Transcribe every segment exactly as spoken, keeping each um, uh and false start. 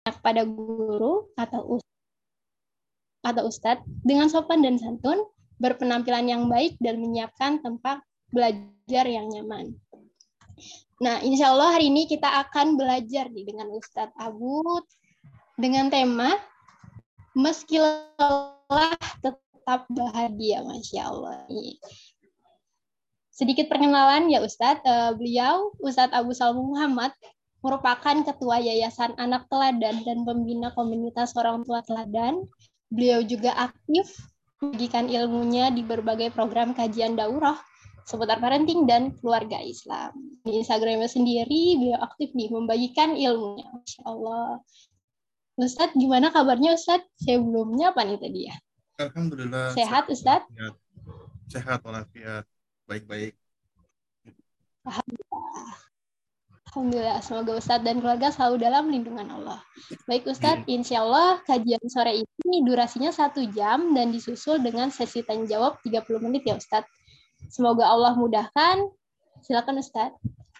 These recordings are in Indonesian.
pada guru atau us atau ustadz dengan sopan dan santun, berpenampilan yang baik dan menyiapkan tempat belajar yang nyaman. Nah, insya Allah hari ini kita akan belajar nih dengan Ustadz Abu dengan tema meski lelah tetap bahagia, Masya Allah. Sedikit perkenalan ya Ustadz, uh, beliau Ustadz Abu Salmu Muhammad merupakan Ketua Yayasan Anak Teladan dan Pembina Komunitas Orang Tua Teladan. Beliau juga aktif membagikan ilmunya di berbagai program kajian daurah seputar parenting dan keluarga Islam. Di Instagramnya sendiri, beliau aktif nih membagikan ilmunya. Masya Allah. Ustadz, gimana kabarnya Ustadz? Sebelumnya apa nih tadi ya? Alhamdulillah. Sehat Ustadz? Sehat walafiat. Baik-baik. Alhamdulillah. Alhamdulillah, semoga Ustadz dan keluarga selalu dalam lindungan Allah. Baik Ustadz, insya Allah kajian sore ini durasinya satu jam dan disusul dengan sesi tanya jawab tiga puluh menit ya Ustadz. Semoga Allah mudahkan. Silakan Ustadz.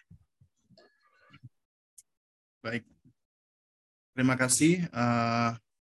Baik. Terima kasih uh,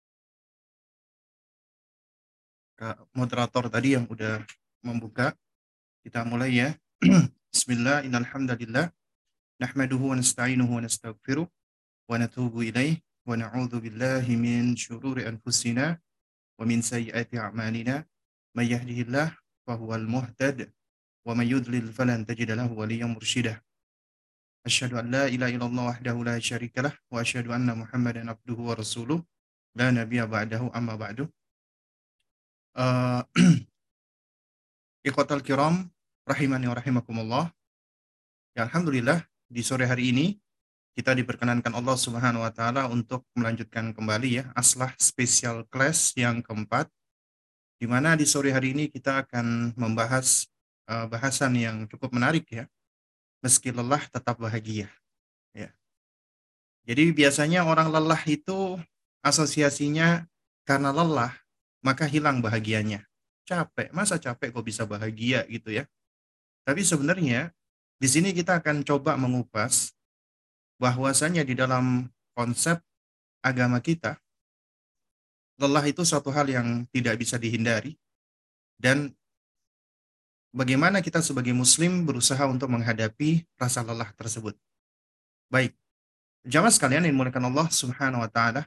moderator tadi yang udah membuka. Kita mulai ya. Bismillah, innal hamdalillah nahmaduhu wa nasta'inuhu wa nastaghfiruh wa natubu ilaih wa na'udzu billahi min syururi anfusina wa min sayyiati a'malina may yahdihillahu fahuwal muhtad wa may yudlil falan tajida lahu waliyyan mursyida. Asyhadu an la ilaha illallah wahdahu la syarikalah wa asyhadu anna Muhammadan abduhu wa rasuluh la nabiyya ba'dahu amma ba'du. Uh, Ikhwatal kiram rahimani wa rahimakumullah. Ya, alhamdulillah di sore hari ini kita diperkenankan Allah Subhanahu wa taala untuk melanjutkan kembali ya Aslah Special Class yang keempat, di mana di sore hari ini kita akan membahas uh, bahasan yang cukup menarik ya. Meski lelah tetap bahagia. Ya. Jadi biasanya orang lelah itu asosiasinya karena lelah maka hilang bahagianya. Capek, masa capek kok bisa bahagia gitu ya. Tapi sebenarnya di sini kita akan coba mengupas bahwasanya di dalam konsep agama kita, lelah itu suatu hal yang tidak bisa dihindari, dan bagaimana kita sebagai muslim berusaha untuk menghadapi rasa lelah tersebut. Baik, jamaah sekalian yang dimuliakan Allah Subhanahu wa taala.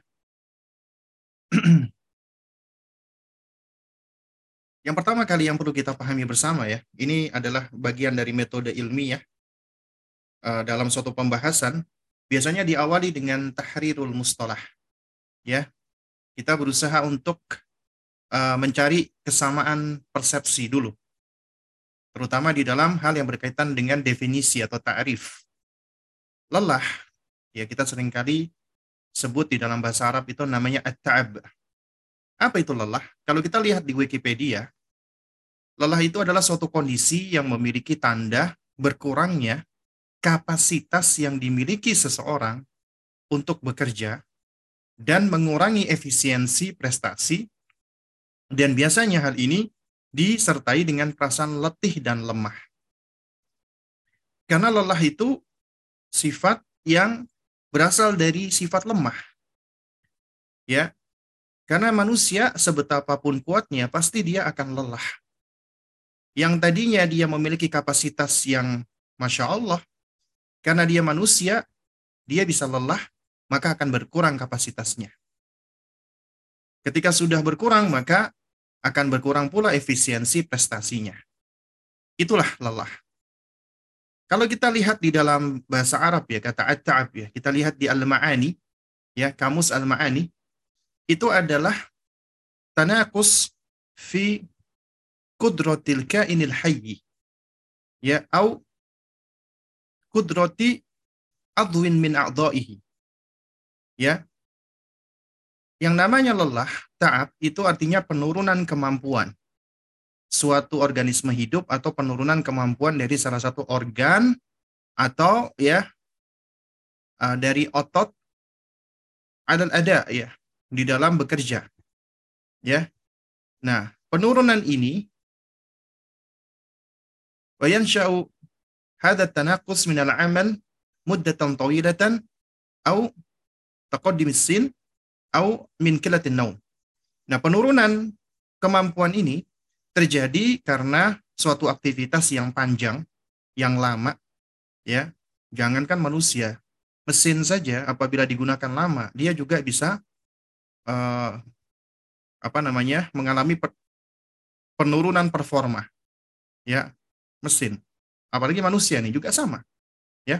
Yang pertama kali yang perlu kita pahami bersama ya, ini adalah bagian dari metode ilmiah uh, dalam suatu pembahasan. Biasanya diawali dengan tahrirul mustalah. Ya, kita berusaha untuk uh, mencari kesamaan persepsi dulu, terutama di dalam hal yang berkaitan dengan definisi atau ta'rif. Lelah, ya kita seringkali sebut di dalam bahasa Arab itu namanya at-ta'ab. Apa itu lelah? Kalau kita lihat di Wikipedia, lelah itu adalah suatu kondisi yang memiliki tanda berkurangnya kapasitas yang dimiliki seseorang untuk bekerja dan mengurangi efisiensi prestasi, dan biasanya hal ini disertai dengan perasaan letih dan lemah. Karena lelah itu sifat yang berasal dari sifat lemah. Ya. Karena manusia sebetapapun kuatnya pasti dia akan lelah. Yang tadinya dia memiliki kapasitas yang Masya Allah, karena dia manusia, dia bisa lelah, maka akan berkurang kapasitasnya. Ketika sudah berkurang, maka akan berkurang pula efisiensi prestasinya. Itulah lelah. Kalau kita lihat di dalam bahasa Arab ya, kata at-ta'ab ya, kita lihat di Al-Ma'ani, ya, kamus Al-Ma'ani, itu adalah tanakus fi kudratil kainil hayyi, ya, au kudrati adwin min a'dha'ihi. Ya. Yang namanya lelah, ta'ab, itu artinya penurunan kemampuan suatu organisme hidup atau penurunan kemampuan dari salah satu organ atau ya uh, dari otot dan ada ya di dalam bekerja. Ya. Nah, penurunan ini wa yansha'u hadha tanaqus min al-amal muddatan tawilatan au taqaddumis sin au min qillatin naum. Nah, penurunan kemampuan ini terjadi karena suatu aktivitas yang panjang, yang lama, ya. Jangankan manusia, mesin saja apabila digunakan lama, dia juga bisa uh, apa namanya? mengalami per, penurunan performa, ya, mesin. Apalagi manusia nih juga sama, ya.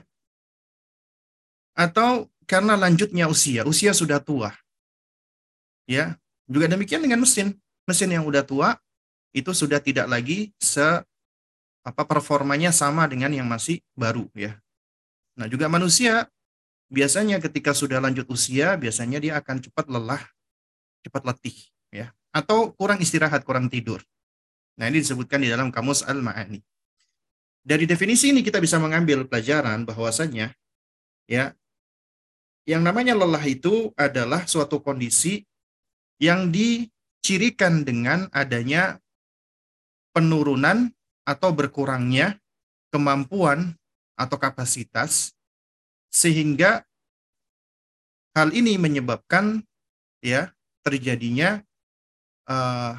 Atau karena lanjutnya usia, usia sudah tua, ya. Juga demikian dengan mesin. Mesin yang udah tua itu sudah tidak lagi se apa performanya sama dengan yang masih baru, ya. Nah, juga manusia biasanya ketika sudah lanjut usia, biasanya dia akan cepat lelah, cepat letih, ya. Atau kurang istirahat, kurang tidur. Nah, ini disebutkan di dalam Kamus Al-Ma'ani. Dari definisi ini kita bisa mengambil pelajaran bahwasanya, ya, yang namanya lelah itu adalah suatu kondisi yang dicirikan dengan adanya penurunan atau berkurangnya kemampuan atau kapasitas, sehingga hal ini menyebabkan, ya, terjadinya uh,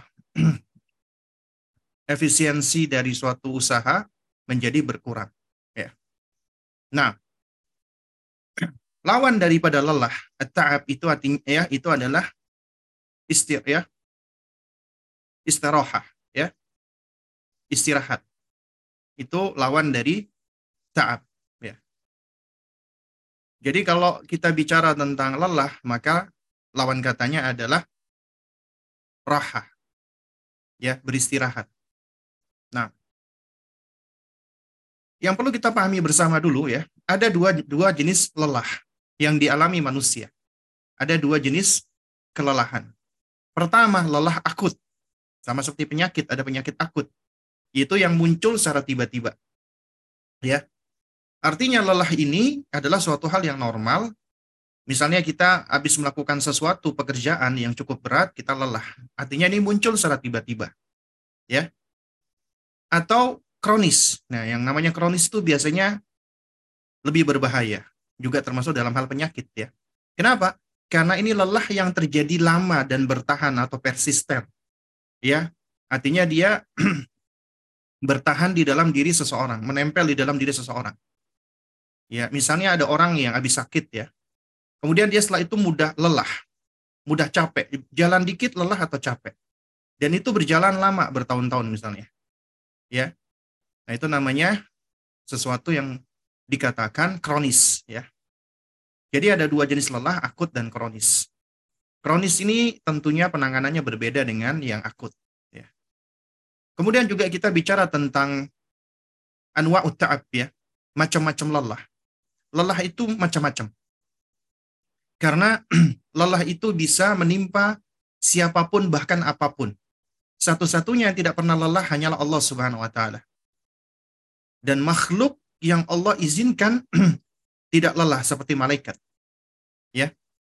efisiensi dari suatu usaha menjadi berkurang, ya. Nah, lawan daripada lelah, at-ta'ab itu artinya, ya, itu adalah istir ya istirahah, ya, istirahat. Itu lawan dari ta'ab, ya. Jadi kalau kita bicara tentang lelah, maka lawan katanya adalah rahah, ya, beristirahat. Nah, yang perlu kita pahami bersama dulu, ya, ada dua, dua jenis lelah yang dialami manusia. Ada dua jenis kelelahan. Pertama, lelah akut. Sama seperti penyakit, ada penyakit akut. Itu yang muncul secara tiba-tiba, ya. Artinya lelah ini adalah suatu hal yang normal. Misalnya kita habis melakukan sesuatu pekerjaan yang cukup berat, kita lelah. Artinya ini muncul secara tiba-tiba, ya. Atau kronis. Nah, yang namanya kronis itu biasanya lebih berbahaya, juga termasuk dalam hal penyakit, ya. Kenapa? Karena ini lelah yang terjadi lama dan bertahan atau persisten, ya. Artinya dia bertahan di dalam diri seseorang, menempel di dalam diri seseorang. Ya, misalnya ada orang yang habis sakit, ya. Kemudian dia setelah itu mudah lelah, mudah capek, jalan dikit lelah atau capek. Dan itu berjalan lama, bertahun-tahun misalnya. Ya. Nah, itu namanya sesuatu yang dikatakan kronis, ya. Jadi ada dua jenis lelah, akut dan kronis. Kronis ini tentunya penanganannya berbeda dengan yang akut, ya. Kemudian juga kita bicara tentang anwa'ut ta'ab, ya. Macam-macam lelah. Lelah itu macam-macam. Karena lelah itu bisa menimpa siapapun bahkan apapun. Satu-satunya yang tidak pernah lelah hanyalah Allah Subhanahu wa taala. Dan makhluk yang Allah izinkan tidak lelah seperti malaikat. Ya.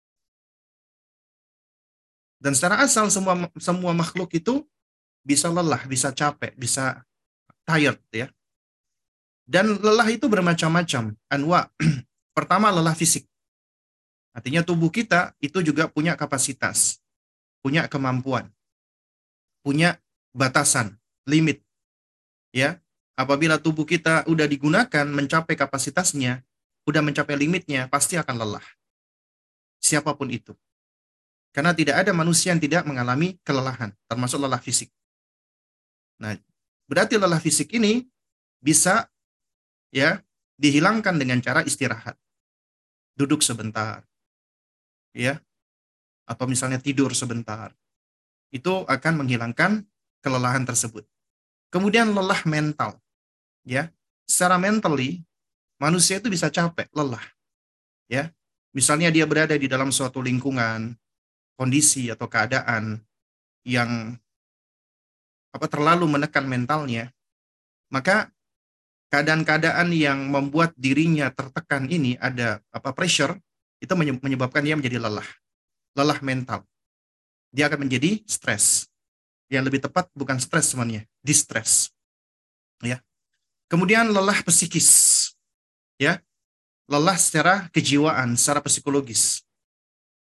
Dan secara asal semua semua makhluk itu bisa lelah, bisa capek, bisa tired, ya. Dan lelah itu bermacam-macam, anwa. Pertama, lelah fisik. Artinya tubuh kita itu juga punya kapasitas, punya kemampuan, punya batasan, limit. Ya, apabila tubuh kita udah digunakan mencapai kapasitasnya, udah mencapai limitnya, pasti akan lelah. Siapapun itu. Karena tidak ada manusia yang tidak mengalami kelelahan, termasuk lelah fisik. Nah, berarti lelah fisik ini bisa, ya, dihilangkan dengan cara istirahat. Duduk sebentar, ya, atau misalnya tidur sebentar. Itu akan menghilangkan kelelahan tersebut. Kemudian lelah mental, ya. Secara mentally manusia itu bisa capek, lelah, ya. Misalnya dia berada di dalam suatu lingkungan, kondisi atau keadaan yang apa terlalu menekan mentalnya, maka keadaan-keadaan yang membuat dirinya tertekan ini ada apa pressure itu menyebabkan dia menjadi lelah, lelah mental. Dia akan menjadi stres. Yang lebih tepat bukan stres sebenarnya, distress. Ya. Kemudian lelah psikis, ya, lelah secara kejiwaan, secara psikologis.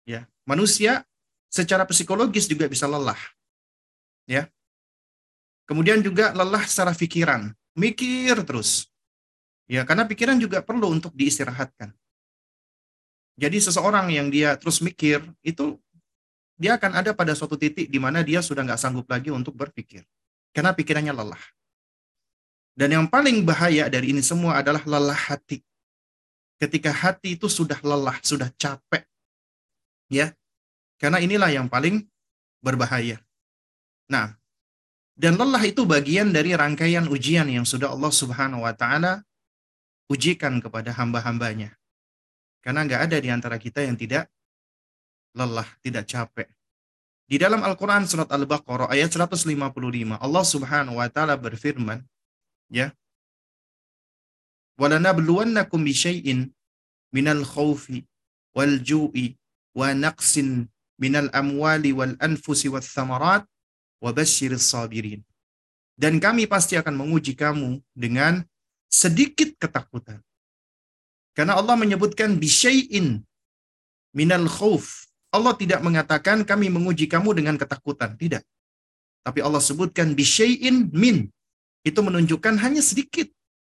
Ya, manusia secara psikologis juga bisa lelah. Ya. Kemudian juga lelah secara pikiran, mikir terus. Ya, karena pikiran juga perlu untuk diistirahatkan. Jadi seseorang yang dia terus mikir, itu dia akan ada pada suatu titik di mana dia sudah nggak sanggup lagi untuk berpikir. Karena pikirannya lelah. Dan yang paling bahaya dari ini semua adalah lelah hati. Ketika hati itu sudah lelah, sudah capek. Ya, karena inilah yang paling berbahaya. Nah, dan lelah itu bagian dari rangkaian ujian yang sudah Allah Subhanahu wa Ta'ala ujikan kepada hamba-hambanya. Karena nggak ada di antara kita yang tidak lelah, tidak capek. Di dalam Al-Quran surat Al-Baqarah ayat seratus lima puluh lima, Allah Subhanahu wa Ta'ala berfirman, ya, وَلَنَبْلُوَنَّكُمْ بِشَيْءٍ مِنَ الْخَوْفِ وَالْجُوءِ وَنَقْصٍ مِنَ الْأَمْوَالِ وَالْأَنْفُسِ وَالثَّمَرَاتِ وَبَشِّرِ الصَّابِرِينَ. Dan kami pasti akan menguji kamu dengan sedikit ketakutan. Karena Allah menyebutkan bisyai'in minal khauf. Allah tidak mengatakan kami menguji kamu dengan ketakutan, tidak. Tapi Allah sebutkan bisyai'in min. Itu menunjukkan hanya sedikit.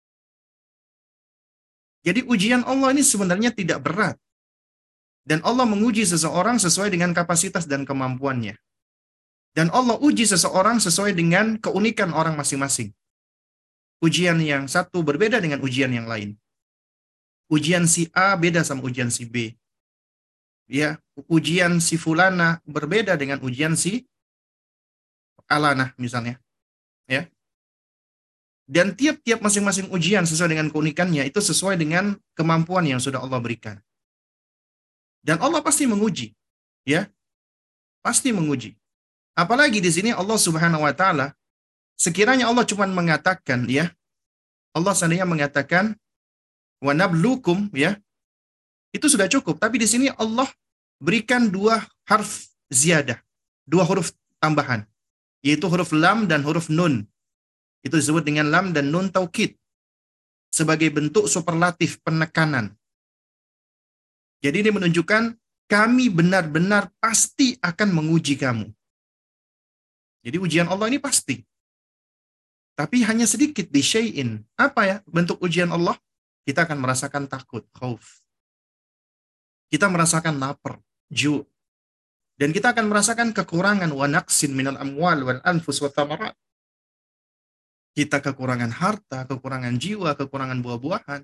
Jadi ujian Allah ini sebenarnya tidak berat. Dan Allah menguji seseorang sesuai dengan kapasitas dan kemampuannya. Dan Allah uji seseorang sesuai dengan keunikan orang masing-masing. Ujian yang satu berbeda dengan ujian yang lain. Ujian si A beda sama ujian si B. Ya, ujian si fulana berbeda dengan ujian si alana misalnya. Ya. Dan tiap-tiap masing-masing ujian sesuai dengan keunikannya itu sesuai dengan kemampuan yang sudah Allah berikan. Dan Allah pasti menguji. Ya. Pasti menguji. Apalagi di sini Allah Subhanahu wa Ta'ala, sekiranya Allah cuma mengatakan, ya, Allah seandainya mengatakan wa nablukum, ya, itu sudah cukup. Tapi di sini Allah berikan dua harf ziyadah, dua huruf tambahan, yaitu huruf lam dan huruf nun. Itu disebut dengan lam dan nun taukid sebagai bentuk superlatif penekanan. Jadi ini menunjukkan kami benar-benar pasti akan menguji kamu. Jadi ujian Allah ini pasti. Tapi hanya sedikit di syai'in. Apa ya bentuk ujian Allah? Kita akan merasakan takut, khauf. Kita merasakan lapar, ju'. Dan kita akan merasakan kekurangan wa naqsin minal amwal wal anfus wa thamarat. Kita kekurangan harta, kekurangan jiwa, kekurangan buah-buahan.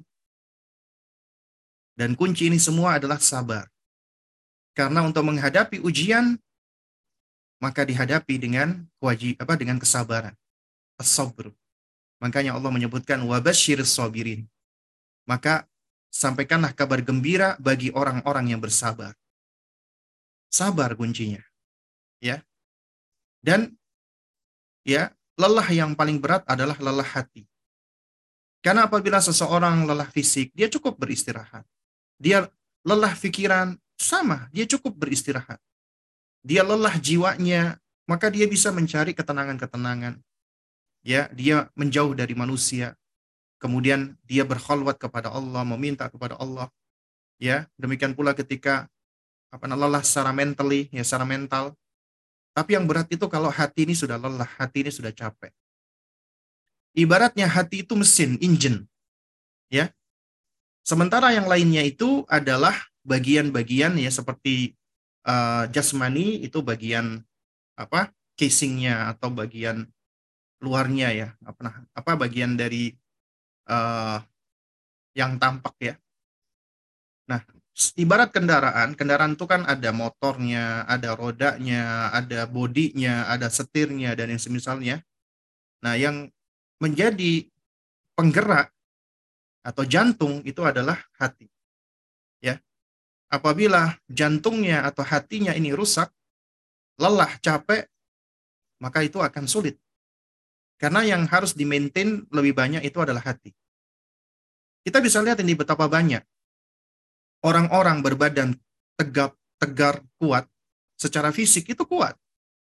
Dan kunci ini semua adalah sabar. Karena untuk menghadapi ujian, maka dihadapi dengan wajib apa dengan kesabaran. As-sabr. Makanya Allah menyebutkan wabasyiris sabirin. Maka sampaikanlah kabar gembira bagi orang-orang yang bersabar. Sabar kuncinya. Ya. Dan ya, lelah yang paling berat adalah lelah hati. Karena apabila seseorang lelah fisik, dia cukup beristirahat. Dia lelah pikiran, sama, dia cukup beristirahat. Dia lelah jiwanya, maka dia bisa mencari ketenangan-ketenangan. Ya, dia menjauh dari manusia. Kemudian dia berkhalwat kepada Allah, meminta kepada Allah. Ya, demikian pula ketika apa lelah secara mentally, ya secara mental. Tapi yang berat itu kalau hati ini sudah lelah, hati ini sudah capek. Ibaratnya hati itu mesin, engine. Ya. Sementara yang lainnya itu adalah bagian-bagian ya seperti uh, jasmani itu bagian apa? Casingnya atau bagian luarnya ya, apa apa bagian dari uh, yang tampak ya. Nah, ibarat kendaraan, kendaraan itu kan ada motornya, ada rodanya, ada bodinya, ada setirnya dan yang semisalnya. Nah, yang menjadi penggerak atau jantung itu adalah hati. Ya. Apabila jantungnya atau hatinya ini rusak, lelah, capek, maka itu akan sulit. Karena yang harus di-maintain lebih banyak itu adalah hati. Kita bisa lihat ini betapa banyak orang-orang berbadan tegap, tegar, kuat, secara fisik itu kuat.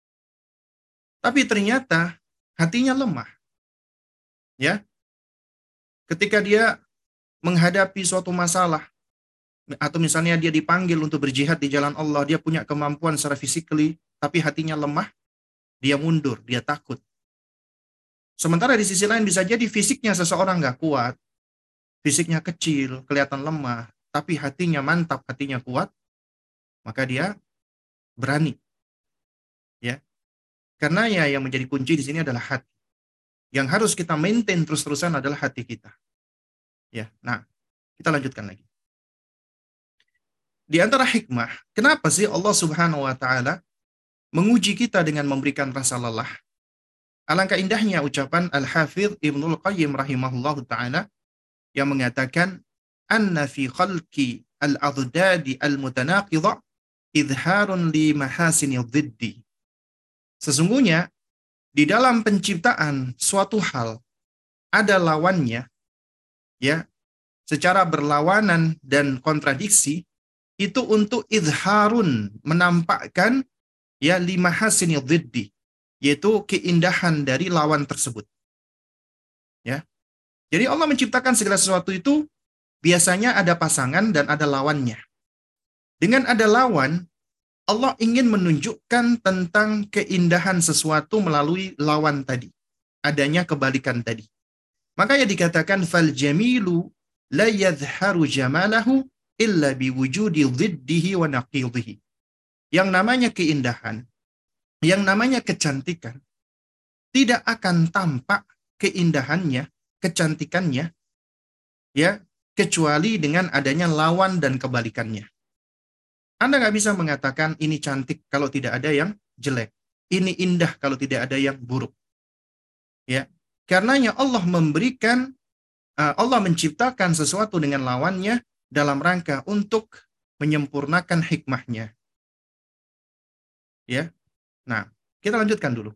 Tapi ternyata hatinya lemah. Ya. Ketika dia menghadapi suatu masalah, Atau misalnya dia dipanggil untuk berjihad di jalan Allah, dia punya kemampuan secara physically, tapi hatinya lemah, dia mundur, dia takut. Sementara di sisi lain bisa jadi fisiknya seseorang nggak kuat, fisiknya kecil, kelihatan lemah, tapi hatinya mantap, hatinya kuat, maka dia berani. Ya, karena ya yang menjadi kunci di sini adalah hati. Yang harus kita maintain terus-terusan adalah hati kita. Ya, nah kita lanjutkan lagi. Di antara hikmah, kenapa sih Allah Subhanahu wa taala menguji kita dengan memberikan rasa lelah? Alangkah indahnya ucapan Al-Hafidz Ibnul Qayyim rahimahullahu taala yang mengatakan anna fi khalqi al-adhdadi al-mutanaqidha idharun li mahasini dhiddi. Sesungguhnya di dalam penciptaan suatu hal ada lawannya, ya, secara berlawanan dan kontradiksi, itu untuk idharun, menampakkan ya lima hasini dhiddi, yaitu keindahan dari lawan tersebut. Ya. Jadi Allah menciptakan segala sesuatu itu biasanya ada pasangan dan ada lawannya. Dengan ada lawan, Allah ingin menunjukkan tentang keindahan sesuatu melalui lawan tadi. Adanya kebalikan tadi. Makanya dikatakan fal jamilu la yadhharu jamalahu illa biwujudi dhiddihi wa naqidhihi. Yang namanya keindahan, yang namanya kecantikan, tidak akan tampak keindahannya, kecantikannya, ya, kecuali dengan adanya lawan dan kebalikannya. Anda nggak bisa mengatakan ini cantik kalau tidak ada yang jelek. Ini indah kalau tidak ada yang buruk. Ya, karenanya Allah memberikan, Allah menciptakan sesuatu dengan lawannya dalam rangka untuk menyempurnakan hikmahnya. Ya, nah kita lanjutkan dulu.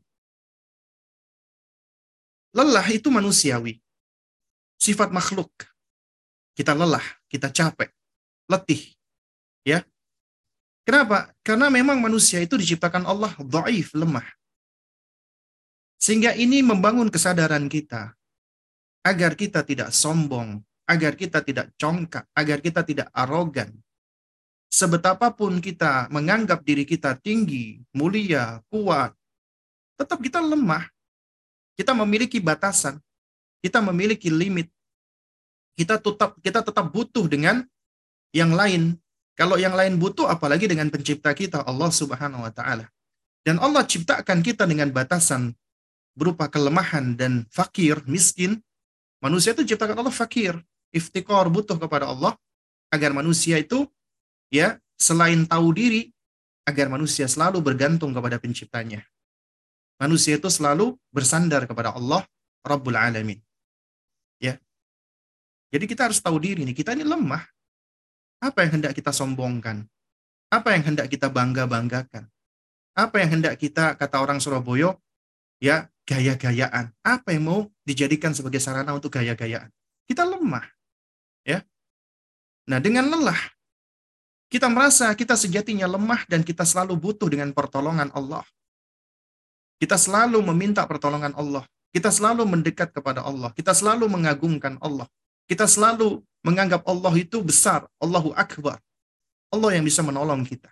Lelah itu manusiawi, sifat makhluk. Kita lelah, kita capek, letih. Ya, kenapa? Karena memang manusia itu diciptakan Allah dhaif, lemah. Sehingga ini membangun kesadaran kita agar kita tidak sombong, agar kita tidak congkak, agar kita tidak arogan. Sebetapapun kita menganggap diri kita tinggi, mulia, kuat, tetap kita lemah. Kita memiliki batasan, kita memiliki limit. Kita tetap kita tetap butuh dengan yang lain. Kalau yang lain butuh, apalagi dengan pencipta kita, Allah Subhanahu wa taala. Dan Allah ciptakan kita dengan batasan berupa kelemahan dan fakir, miskin. Manusia itu diciptakan Allah fakir, iftikar, butuh kepada Allah, agar manusia itu, ya, selain tahu diri, agar manusia selalu bergantung kepada penciptanya. Manusia itu selalu bersandar kepada Allah Rabbul Alamin. Ya. Jadi kita harus tahu diri nih, kita ini lemah. Apa yang hendak kita sombongkan? Apa yang hendak kita bangga-banggakan? Apa yang hendak kita, kata orang Surabaya, ya, gaya-gayaan? Apa yang mau dijadikan sebagai sarana untuk gaya-gayaan? Kita lemah. Ya. Nah, dengan lelah, kita merasa kita sejatinya lemah dan kita selalu butuh dengan pertolongan Allah. Kita selalu meminta pertolongan Allah. Kita selalu mendekat kepada Allah. Kita selalu mengagungkan Allah. Kita selalu menganggap Allah itu besar. Allahu Akbar. Allah yang bisa menolong kita.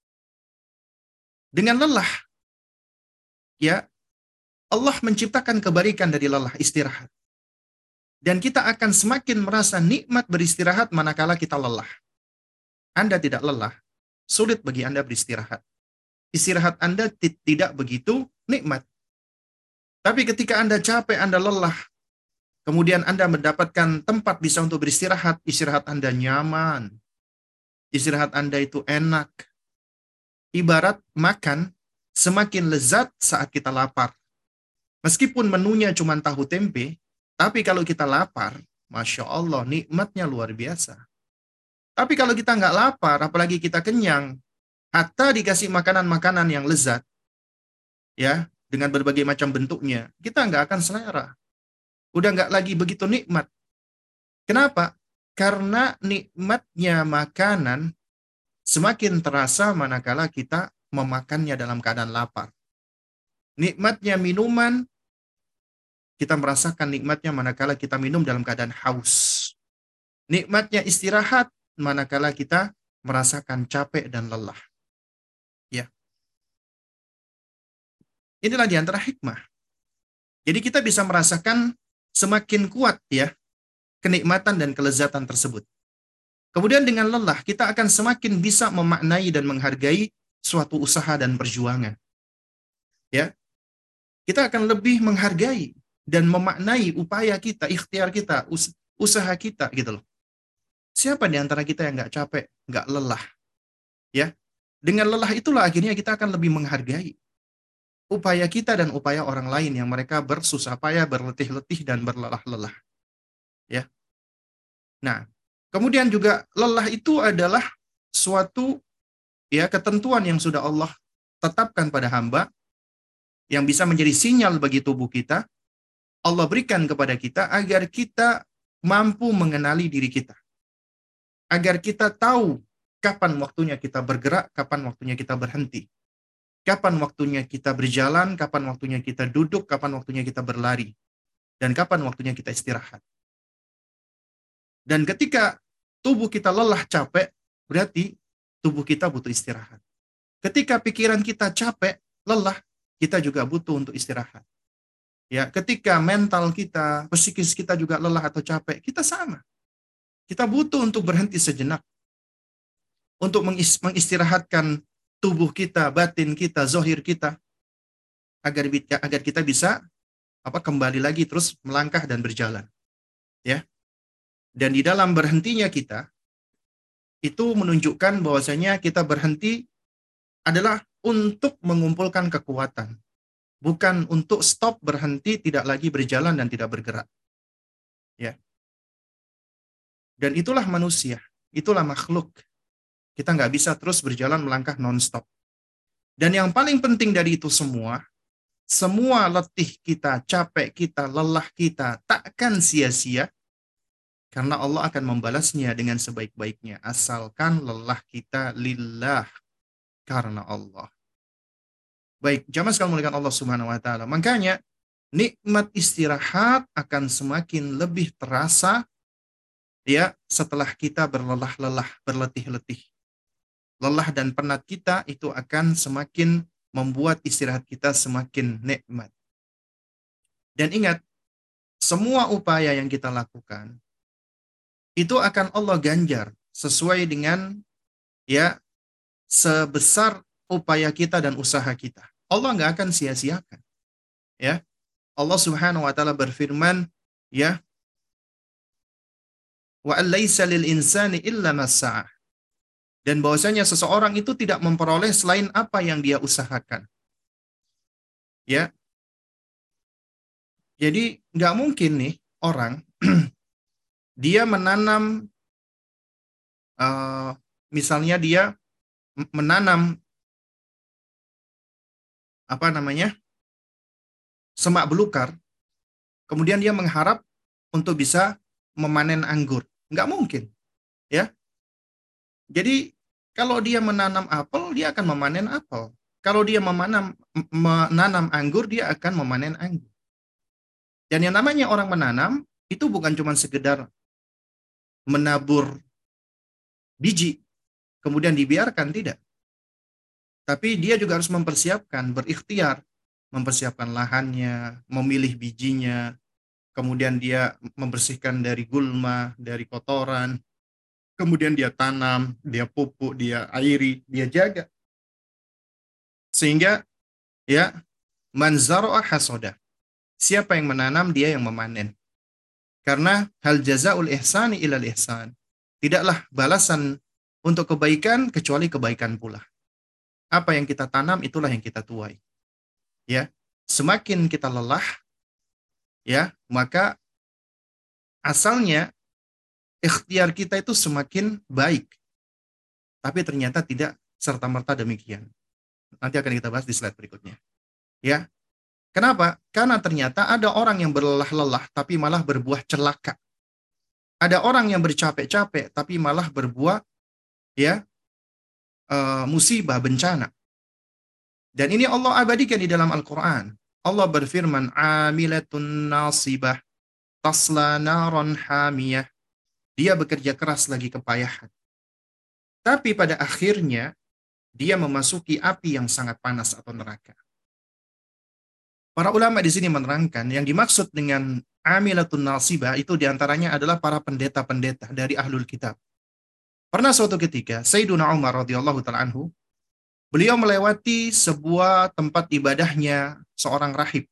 Dengan lelah, ya, Allah menciptakan kebaikan dari lelah, istirahat. Dan kita akan semakin merasa nikmat beristirahat manakala kita lelah. Anda tidak lelah, sulit bagi Anda beristirahat. Istirahat Anda tidak begitu nikmat. Tapi ketika Anda capek, Anda lelah, kemudian Anda mendapatkan tempat bisa untuk beristirahat, istirahat Anda nyaman. Istirahat Anda itu enak. Ibarat makan, semakin lezat saat kita lapar. Meskipun menunya cuma tahu tempe, tapi kalau kita lapar, Masya Allah, nikmatnya luar biasa. Tapi kalau kita nggak lapar, apalagi kita kenyang, hatta dikasih makanan-makanan yang lezat, ya, dengan berbagai macam bentuknya, kita nggak akan selera. Udah nggak lagi begitu nikmat. Kenapa? Karena nikmatnya makanan semakin terasa manakala kita memakannya dalam keadaan lapar. Nikmatnya minuman, kita merasakan nikmatnya manakala kita minum dalam keadaan haus. Nikmatnya istirahat, manakala kita merasakan capek dan lelah. Ya. Inilah di antara hikmah. Jadi kita bisa merasakan semakin kuat ya kenikmatan dan kelezatan tersebut. Kemudian dengan lelah kita akan semakin bisa memaknai dan menghargai suatu usaha dan perjuangan. Ya. Kita akan lebih menghargai dan memaknai upaya kita, ikhtiar kita, us- usaha kita gitu loh. Siapa di antara kita yang nggak capek, nggak lelah? Ya, dengan lelah itulah akhirnya kita akan lebih menghargai upaya kita dan upaya orang lain yang mereka bersusah payah, berletih-letih dan berlelah-lelah. Ya. Nah, kemudian juga lelah itu adalah suatu ya ketentuan yang sudah Allah tetapkan pada hamba yang bisa menjadi sinyal bagi tubuh kita. Allah berikan kepada kita agar kita mampu mengenali diri kita. Agar kita tahu kapan waktunya kita bergerak, kapan waktunya kita berhenti. Kapan waktunya kita berjalan, kapan waktunya kita duduk, kapan waktunya kita berlari. Dan kapan waktunya kita istirahat. Dan ketika tubuh kita lelah capek, berarti tubuh kita butuh istirahat. Ketika pikiran kita capek, lelah, kita juga butuh untuk istirahat. Ya, ketika mental kita, psikis kita juga lelah atau capek, kita sama. Kita butuh untuk berhenti sejenak. Untuk mengistirahatkan tubuh kita, batin kita, zohir kita, agar agar kita bisa apa kembali lagi terus melangkah dan berjalan. Ya. Dan di dalam berhentinya kita, itu menunjukkan bahwasanya kita berhenti adalah untuk mengumpulkan kekuatan. Bukan untuk stop, berhenti, tidak lagi berjalan dan tidak bergerak. Ya. Dan itulah manusia, itulah makhluk. Kita nggak bisa terus berjalan melangkah non-stop. Dan yang paling penting dari itu semua, semua letih kita, capek kita, lelah kita, takkan sia-sia, karena Allah akan membalasnya dengan sebaik-baiknya. Asalkan lelah kita lillah, karena Allah. Baik, jamaah sekalian muliakan Allah Subhanahu wa taala. Makanya nikmat istirahat akan semakin lebih terasa ya setelah kita berlelah-lelah, berletih-letih. Lelah dan penat kita itu akan semakin membuat istirahat kita semakin nikmat. Dan ingat, semua upaya yang kita lakukan itu akan Allah ganjar sesuai dengan ya sebesar upaya kita dan usaha kita. Allah nggak akan sia-siakan. Ya, Allah Subhanahu wa taala berfirman, ya, wa alaysa lil insani illa ma sa'a. Dan bahwasanya seseorang itu tidak memperoleh selain apa yang dia usahakan. Ya. Jadi nggak mungkin nih orang dia menanam uh, misalnya dia menanam apa namanya? semak belukar, kemudian dia mengharap untuk bisa memanen anggur. Nggak mungkin. Ya. Jadi kalau dia menanam apel, dia akan memanen apel. Kalau dia memanam, menanam anggur, dia akan memanen anggur. Dan yang namanya orang menanam, itu bukan cuma sekedar menabur biji, kemudian dibiarkan, tidak. Tapi dia juga harus mempersiapkan, berikhtiar, mempersiapkan lahannya, memilih bijinya, kemudian dia membersihkan dari gulma, dari kotoran, kemudian dia tanam, dia pupuk, dia airi, dia jaga. Sehingga ya man zara'a hasoda. Siapa yang menanam, dia yang memanen. Karena hal jazaul ihsani ilal ihsan. Tidaklah balasan untuk kebaikan kecuali kebaikan pula. Apa yang kita tanam itulah yang kita tuai. Ya, semakin kita lelah, ya, maka asalnya ikhtiar kita itu semakin baik. Tapi ternyata tidak serta-merta demikian. Nanti akan kita bahas di slide berikutnya. Ya. Kenapa? Karena ternyata ada orang yang berlelah-lelah tapi malah berbuah celaka. Ada orang yang bercapek-capek tapi malah berbuah ya uh, musibah, bencana. Dan ini Allah abadikan di dalam Al-Qur'an. Allah berfirman, "Amilatun nasibah tasla naron hamiyah." Dia bekerja keras lagi kepayahan. Tapi pada akhirnya dia memasuki api yang sangat panas atau neraka. Para ulama di sini menerangkan yang dimaksud dengan amilatun nasibah itu diantaranya adalah para pendeta-pendeta dari ahlul kitab. Pernah suatu ketika Sayyiduna Umar radhiyallahu ta'ala anhu, beliau melewati sebuah tempat ibadahnya seorang rahib.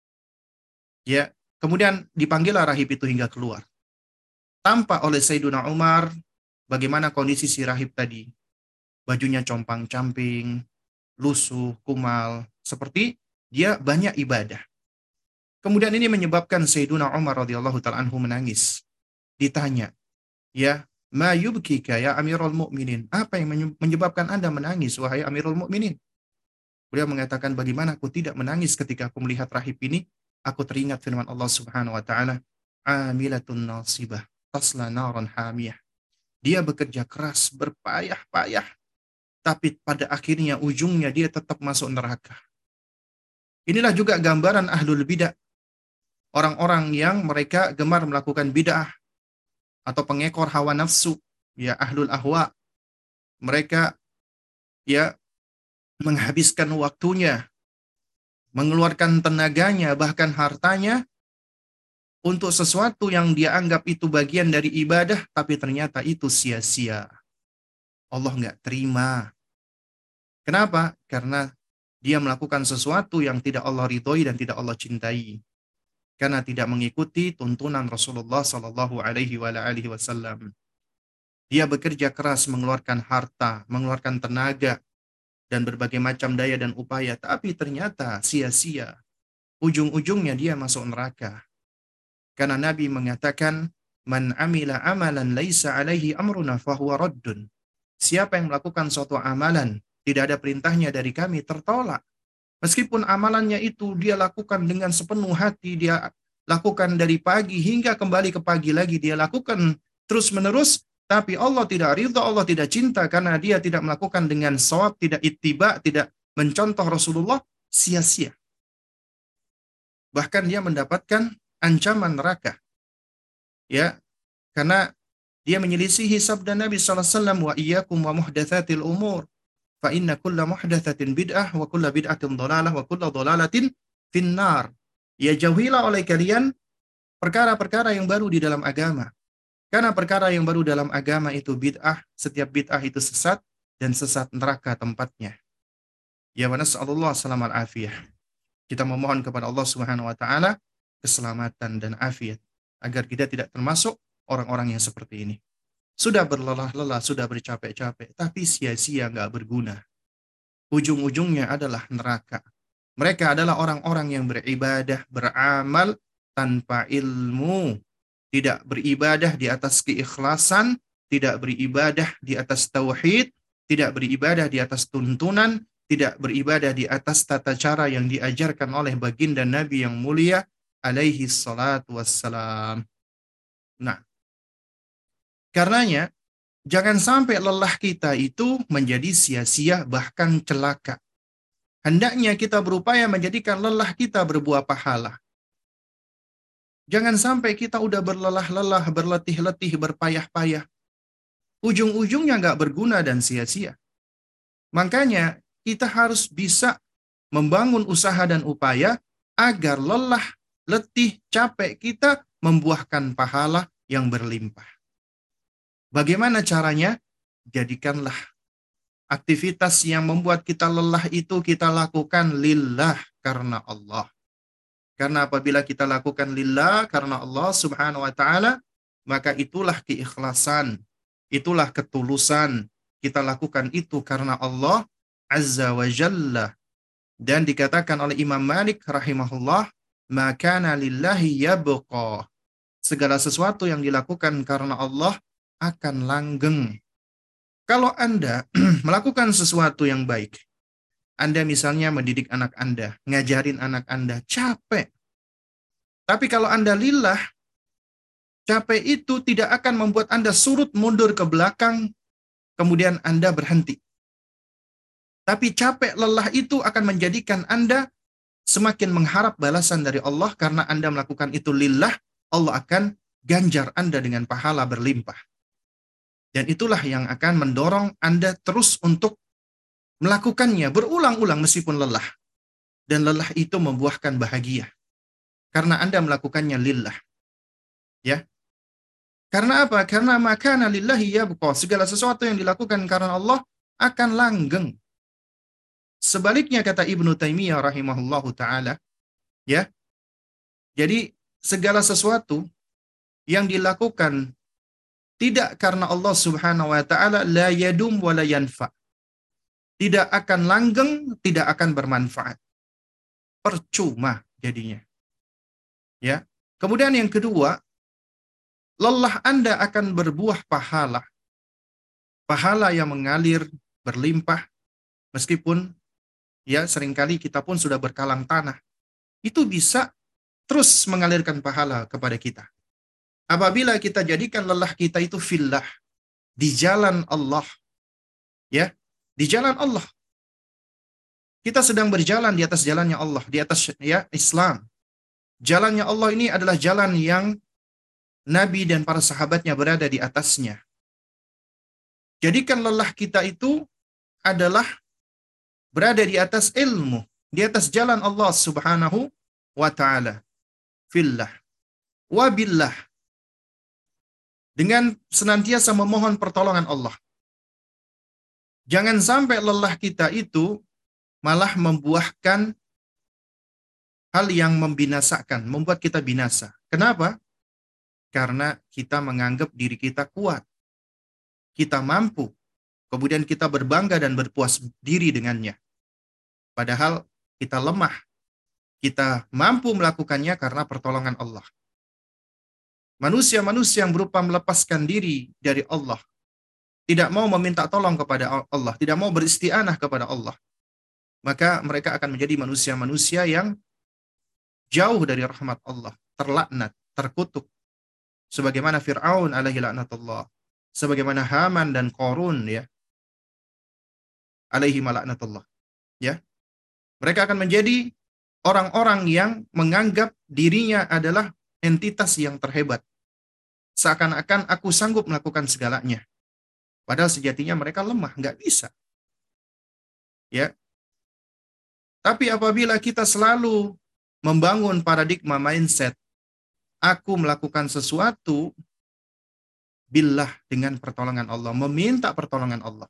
Ya, kemudian dipanggillah rahib itu hingga keluar. Tampak oleh Sayyiduna Umar bagaimana kondisi si rahib tadi. Bajunya compang-camping, lusuh, kumal, seperti dia banyak ibadah. Kemudian ini menyebabkan Sayyiduna Umar radhiyallahu ta'ala anhu menangis. Ditanya, ya, ma yubkika ya Amirul Mukminin? Apa yang menyebabkan Anda menangis, wahai Amirul Mukminin? Beliau mengatakan, bagaimana aku tidak menangis ketika aku melihat rahib ini? Aku teringat firman Allah Subhanahu wa taala, amilatun nasibah, tasla naran hamiyah. Dia bekerja keras, berpayah-payah, tapi pada akhirnya ujungnya dia tetap masuk neraka. Inilah juga gambaran ahlul bidah. Orang-orang yang mereka gemar melakukan bid'ah atau pengekor hawa nafsu, ya ahlul ahwa. Mereka ya menghabiskan waktunya, mengeluarkan tenaganya, bahkan hartanya untuk sesuatu yang dia anggap itu bagian dari ibadah, tapi ternyata itu sia-sia. Allah nggak terima. Kenapa? Karena dia melakukan sesuatu yang tidak Allah ridhoi dan tidak Allah cintai. Karena tidak mengikuti tuntunan Rasulullah Sallallahu Alaihi Wasallam. Dia bekerja keras mengeluarkan harta, mengeluarkan tenaga, dan berbagai macam daya dan upaya, tapi ternyata sia-sia. Ujung-ujungnya dia masuk neraka. Karena Nabi mengatakan, man amila amalan laisa alaihi amruna fahuwa raddun. Siapa yang melakukan suatu amalan, tidak ada perintahnya dari kami, tertolak. Meskipun amalannya itu dia lakukan dengan sepenuh hati, dia lakukan dari pagi hingga kembali ke pagi lagi, dia lakukan terus-menerus, tapi Allah tidak ridha, Allah tidak cinta karena dia tidak melakukan dengan shawab, tidak ittiba, tidak mencontoh Rasulullah, sia-sia. Bahkan dia mendapatkan ancaman neraka. Ya, karena dia menyelisihi sabda Nabi sallallahu alaihi wasallam, wa iyyakum wa muhdatsatil umur. Fa inna kulla muhdatsatin bid'ah wa kulla bid'atin dhalalah wa kulla dhalalatin finnar. Ya, jauhilah oleh kalian perkara-perkara yang baru di dalam agama. Karena perkara yang baru dalam agama itu bid'ah, setiap bid'ah itu sesat dan sesat neraka tempatnya. Ya, wa nas'alullah salamal afiyah. Kita memohon kepada Allah Subhanahu wa taala keselamatan dan afiat agar kita tidak termasuk orang-orang yang seperti ini. Sudah berlelah-lelah, sudah bercapek-capek, tapi sia-sia, nggak berguna. Ujung-ujungnya adalah neraka. Mereka adalah orang-orang yang beribadah, beramal tanpa ilmu. Tidak beribadah di atas keikhlasan, tidak beribadah di atas tauhid, tidak beribadah di atas tuntunan, tidak beribadah di atas tata cara yang diajarkan oleh baginda Nabi yang mulia, alaihi salatu wassalam. Nah, karenanya, jangan sampai lelah kita itu menjadi sia-sia bahkan celaka. Hendaknya kita berupaya menjadikan lelah kita berbuah pahala. Jangan sampai kita udah berlelah-lelah, berletih-letih, berpayah-payah. Ujung-ujungnya nggak berguna dan sia-sia. Makanya kita harus bisa membangun usaha dan upaya agar lelah, letih, capek kita membuahkan pahala yang berlimpah. Bagaimana caranya? Jadikanlah aktivitas yang membuat kita lelah itu kita lakukan lillah, karena Allah. Karena apabila kita lakukan lillah, karena Allah Subhanahu wa taala, maka itulah keikhlasan, itulah ketulusan. Kita lakukan itu karena Allah Azza wa Jalla. Dan dikatakan oleh Imam Malik rahimahullah, ma kana lillahi yabqa. Segala sesuatu yang dilakukan karena Allah akan langgeng. Kalau Anda melakukan sesuatu yang baik, Anda misalnya mendidik anak Anda, ngajarin anak Anda, capek. Tapi kalau Anda lillah, capek itu tidak akan membuat Anda surut mundur ke belakang, kemudian Anda berhenti. Tapi capek lelah itu akan menjadikan Anda semakin mengharap balasan dari Allah, karena Anda melakukan itu lillah, Allah akan ganjar Anda dengan pahala berlimpah. Dan itulah yang akan mendorong Anda terus untuk melakukannya berulang-ulang meskipun lelah. Dan lelah itu membuahkan bahagia. Karena Anda melakukannya lillah. Ya. Karena apa? Karena makana lillahi yabqa. Segala sesuatu yang dilakukan karena Allah akan langgeng. Sebaliknya kata Ibnu Taimiyah rahimahullahu taala, ya. Jadi segala sesuatu yang dilakukan tidak karena Allah Subhanahu wa taala la yadum wa la yanfa. Tidak akan langgeng, tidak akan bermanfaat. Percuma jadinya. Ya. Kemudian yang kedua, lelah Anda akan berbuah pahala. Pahala yang mengalir, berlimpah, meskipun ya seringkali kita pun sudah berkalang tanah. Itu bisa terus mengalirkan pahala kepada kita. Apabila kita jadikan lelah kita itu fillah, di jalan Allah. Ya, di jalan Allah. Kita sedang berjalan di atas jalannya Allah, di atas ya Islam. Jalannya Allah ini adalah jalan yang Nabi dan para sahabatnya berada di atasnya. Jadikan lelah kita itu adalah berada di atas ilmu, di atas jalan Allah Subhanahu wa taala. Fillah wa billah. Dengan senantiasa memohon pertolongan Allah. Jangan sampai lelah kita itu malah membuahkan hal yang membinasakan, membuat kita binasa. Kenapa? Karena kita menganggap diri kita kuat. Kita mampu. Kemudian kita berbangga dan berpuas diri dengannya. Padahal kita lemah. Kita mampu melakukannya karena pertolongan Allah. Manusia-manusia yang berupa melepaskan diri dari Allah, tidak mau meminta tolong kepada Allah, tidak mau beristianah kepada Allah, maka mereka akan menjadi manusia-manusia yang jauh dari rahmat Allah, terlaknat, terkutuk. Sebagaimana Fir'aun alaihi laknatullah, sebagaimana Haman dan Qarun ya, alaihi laknatullah. Ya. Mereka akan menjadi orang-orang yang menganggap dirinya adalah entitas yang terhebat. Seakan-akan aku sanggup melakukan segalanya. Padahal sejatinya mereka lemah, nggak bisa. Ya. Tapi apabila kita selalu membangun paradigma mindset, aku melakukan sesuatu billah dengan pertolongan Allah, meminta pertolongan Allah.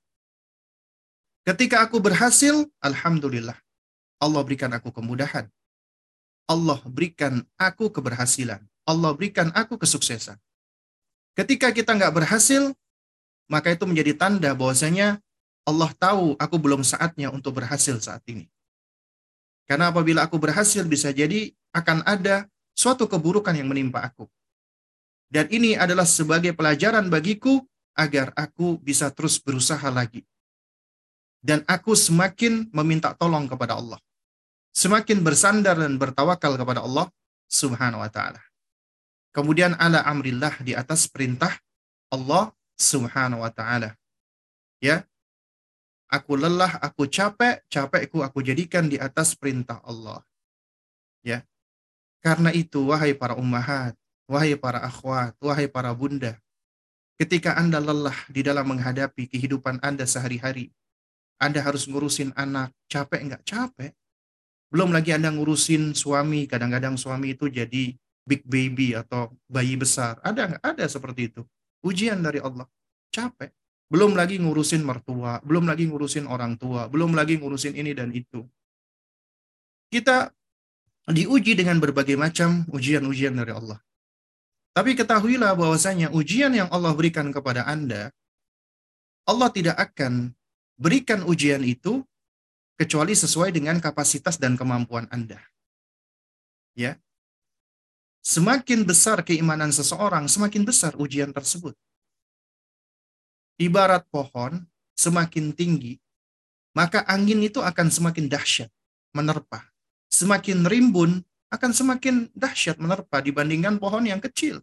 Ketika aku berhasil, alhamdulillah, Allah berikan aku kemudahan. Allah berikan aku keberhasilan. Allah berikan aku kesuksesan. Ketika kita nggak berhasil, maka itu menjadi tanda bahwasanya Allah tahu aku belum saatnya untuk berhasil saat ini. Karena apabila aku berhasil, bisa jadi akan ada suatu keburukan yang menimpa aku. Dan ini adalah sebagai pelajaran bagiku agar aku bisa terus berusaha lagi. Dan aku semakin meminta tolong kepada Allah. Semakin bersandar dan bertawakal kepada Allah Subhanahu wa taala. Kemudian ala amrillah, di atas perintah Allah Subhanahu wa taala. Ya. Aku lelah, aku capek, capekku aku jadikan di atas perintah Allah. Ya. Karena itu wahai para ummahat, wahai para akhwat, wahai para bunda, ketika Anda lelah di dalam menghadapi kehidupan Anda sehari-hari, Anda harus ngurusin anak, capek enggak? Capek. Belum lagi Anda ngurusin suami, kadang-kadang suami itu jadi big baby atau bayi besar. Ada nggak? Ada seperti itu. Ujian dari Allah. Capek. Belum lagi ngurusin mertua, belum lagi ngurusin orang tua, belum lagi ngurusin ini dan itu. Kita diuji dengan berbagai macam ujian-ujian dari Allah. Tapi ketahuilah bahwasanya ujian yang Allah berikan kepada Anda, Allah tidak akan berikan ujian itu kecuali sesuai dengan kapasitas dan kemampuan Anda. Ya. Semakin besar keimanan seseorang, semakin besar ujian tersebut. Ibarat pohon, semakin tinggi, maka angin itu akan semakin dahsyat, menerpa. Semakin rimbun, akan semakin dahsyat menerpa dibandingkan pohon yang kecil.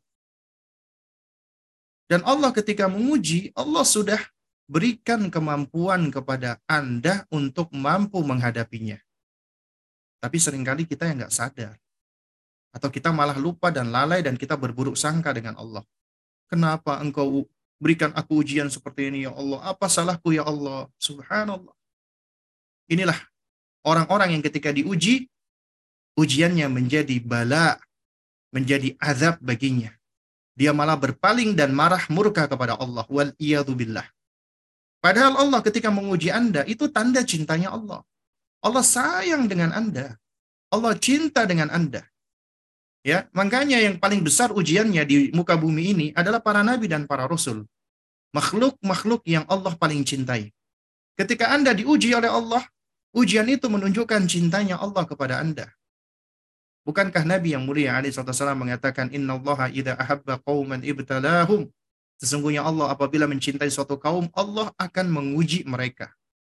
Dan Allah ketika menguji, Allah sudah berikan kemampuan kepada Anda untuk mampu menghadapinya. Tapi seringkali kita yang nggak sadar. Atau kita malah lupa dan lalai dan kita berburuk sangka dengan Allah. Kenapa engkau berikan aku ujian seperti ini ya Allah. Apa salahku ya Allah? Subhanallah. Inilah orang-orang yang ketika diuji, ujiannya menjadi bala, menjadi azab baginya. Dia malah berpaling dan marah murka kepada Allah. Wal billah. Padahal Allah ketika menguji Anda, itu tanda cintanya Allah. Allah sayang dengan Anda. Allah cinta dengan Anda. Ya, makanya yang paling besar ujiannya di muka bumi ini adalah para nabi dan para rasul. Makhluk-makhluk yang Allah paling cintai. Ketika Anda diuji oleh Allah, ujian itu menunjukkan cintanya Allah kepada Anda. Bukankah Nabi yang mulia alaihi wasallam mengatakan, innallaha idza ahabba qauman ibtalahum. Sesungguhnya Allah apabila mencintai suatu kaum, Allah akan menguji mereka.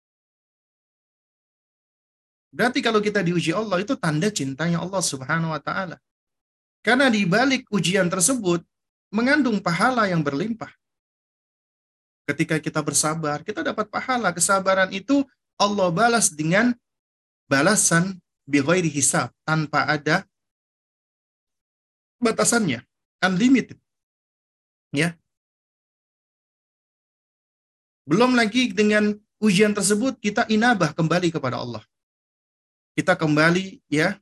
Berarti kalau kita diuji Allah, itu tanda cintanya Allah Subhanahu wa taala. Karena di balik ujian tersebut mengandung pahala yang berlimpah. Ketika kita bersabar, kita dapat pahala. Kesabaran itu Allah balas dengan balasan bighairi hisab, tanpa ada batasannya, unlimited. Ya. Belum lagi dengan ujian tersebut kita inabah kembali kepada Allah. Kita kembali ya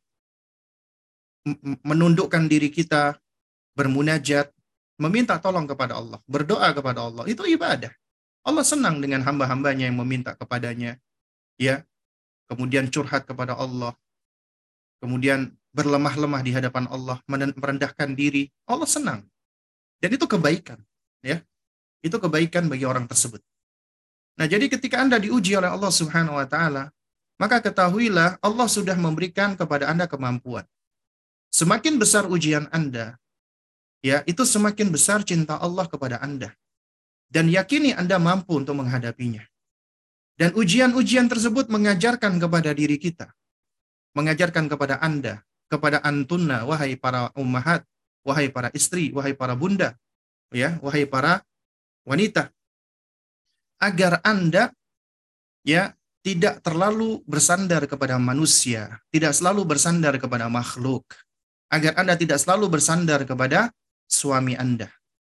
menundukkan diri kita, bermunajat, meminta tolong kepada Allah, berdoa kepada Allah. Itu ibadah. Allah senang dengan hamba-hambanya yang meminta kepadanya, ya. Kemudian curhat kepada Allah. Kemudian berlemah-lemah di hadapan Allah, merendahkan diri. Allah senang. Dan itu kebaikan, ya. Itu kebaikan bagi orang tersebut. Nah, jadi ketika Anda diuji oleh Allah Subhanahu wa taala, maka ketahuilah Allah sudah memberikan kepada Anda kemampuan. Semakin besar ujian Anda, ya, itu semakin besar cinta Allah kepada Anda. Dan yakini Anda mampu untuk menghadapinya. Dan ujian-ujian tersebut mengajarkan kepada diri kita, mengajarkan kepada Anda, kepada antunna, wahai para ummahat, wahai para istri, wahai para bunda, ya, wahai para wanita, agar Anda ya tidak terlalu bersandar kepada manusia, tidak selalu bersandar kepada makhluk, agar Anda tidak selalu bersandar kepada suami Anda,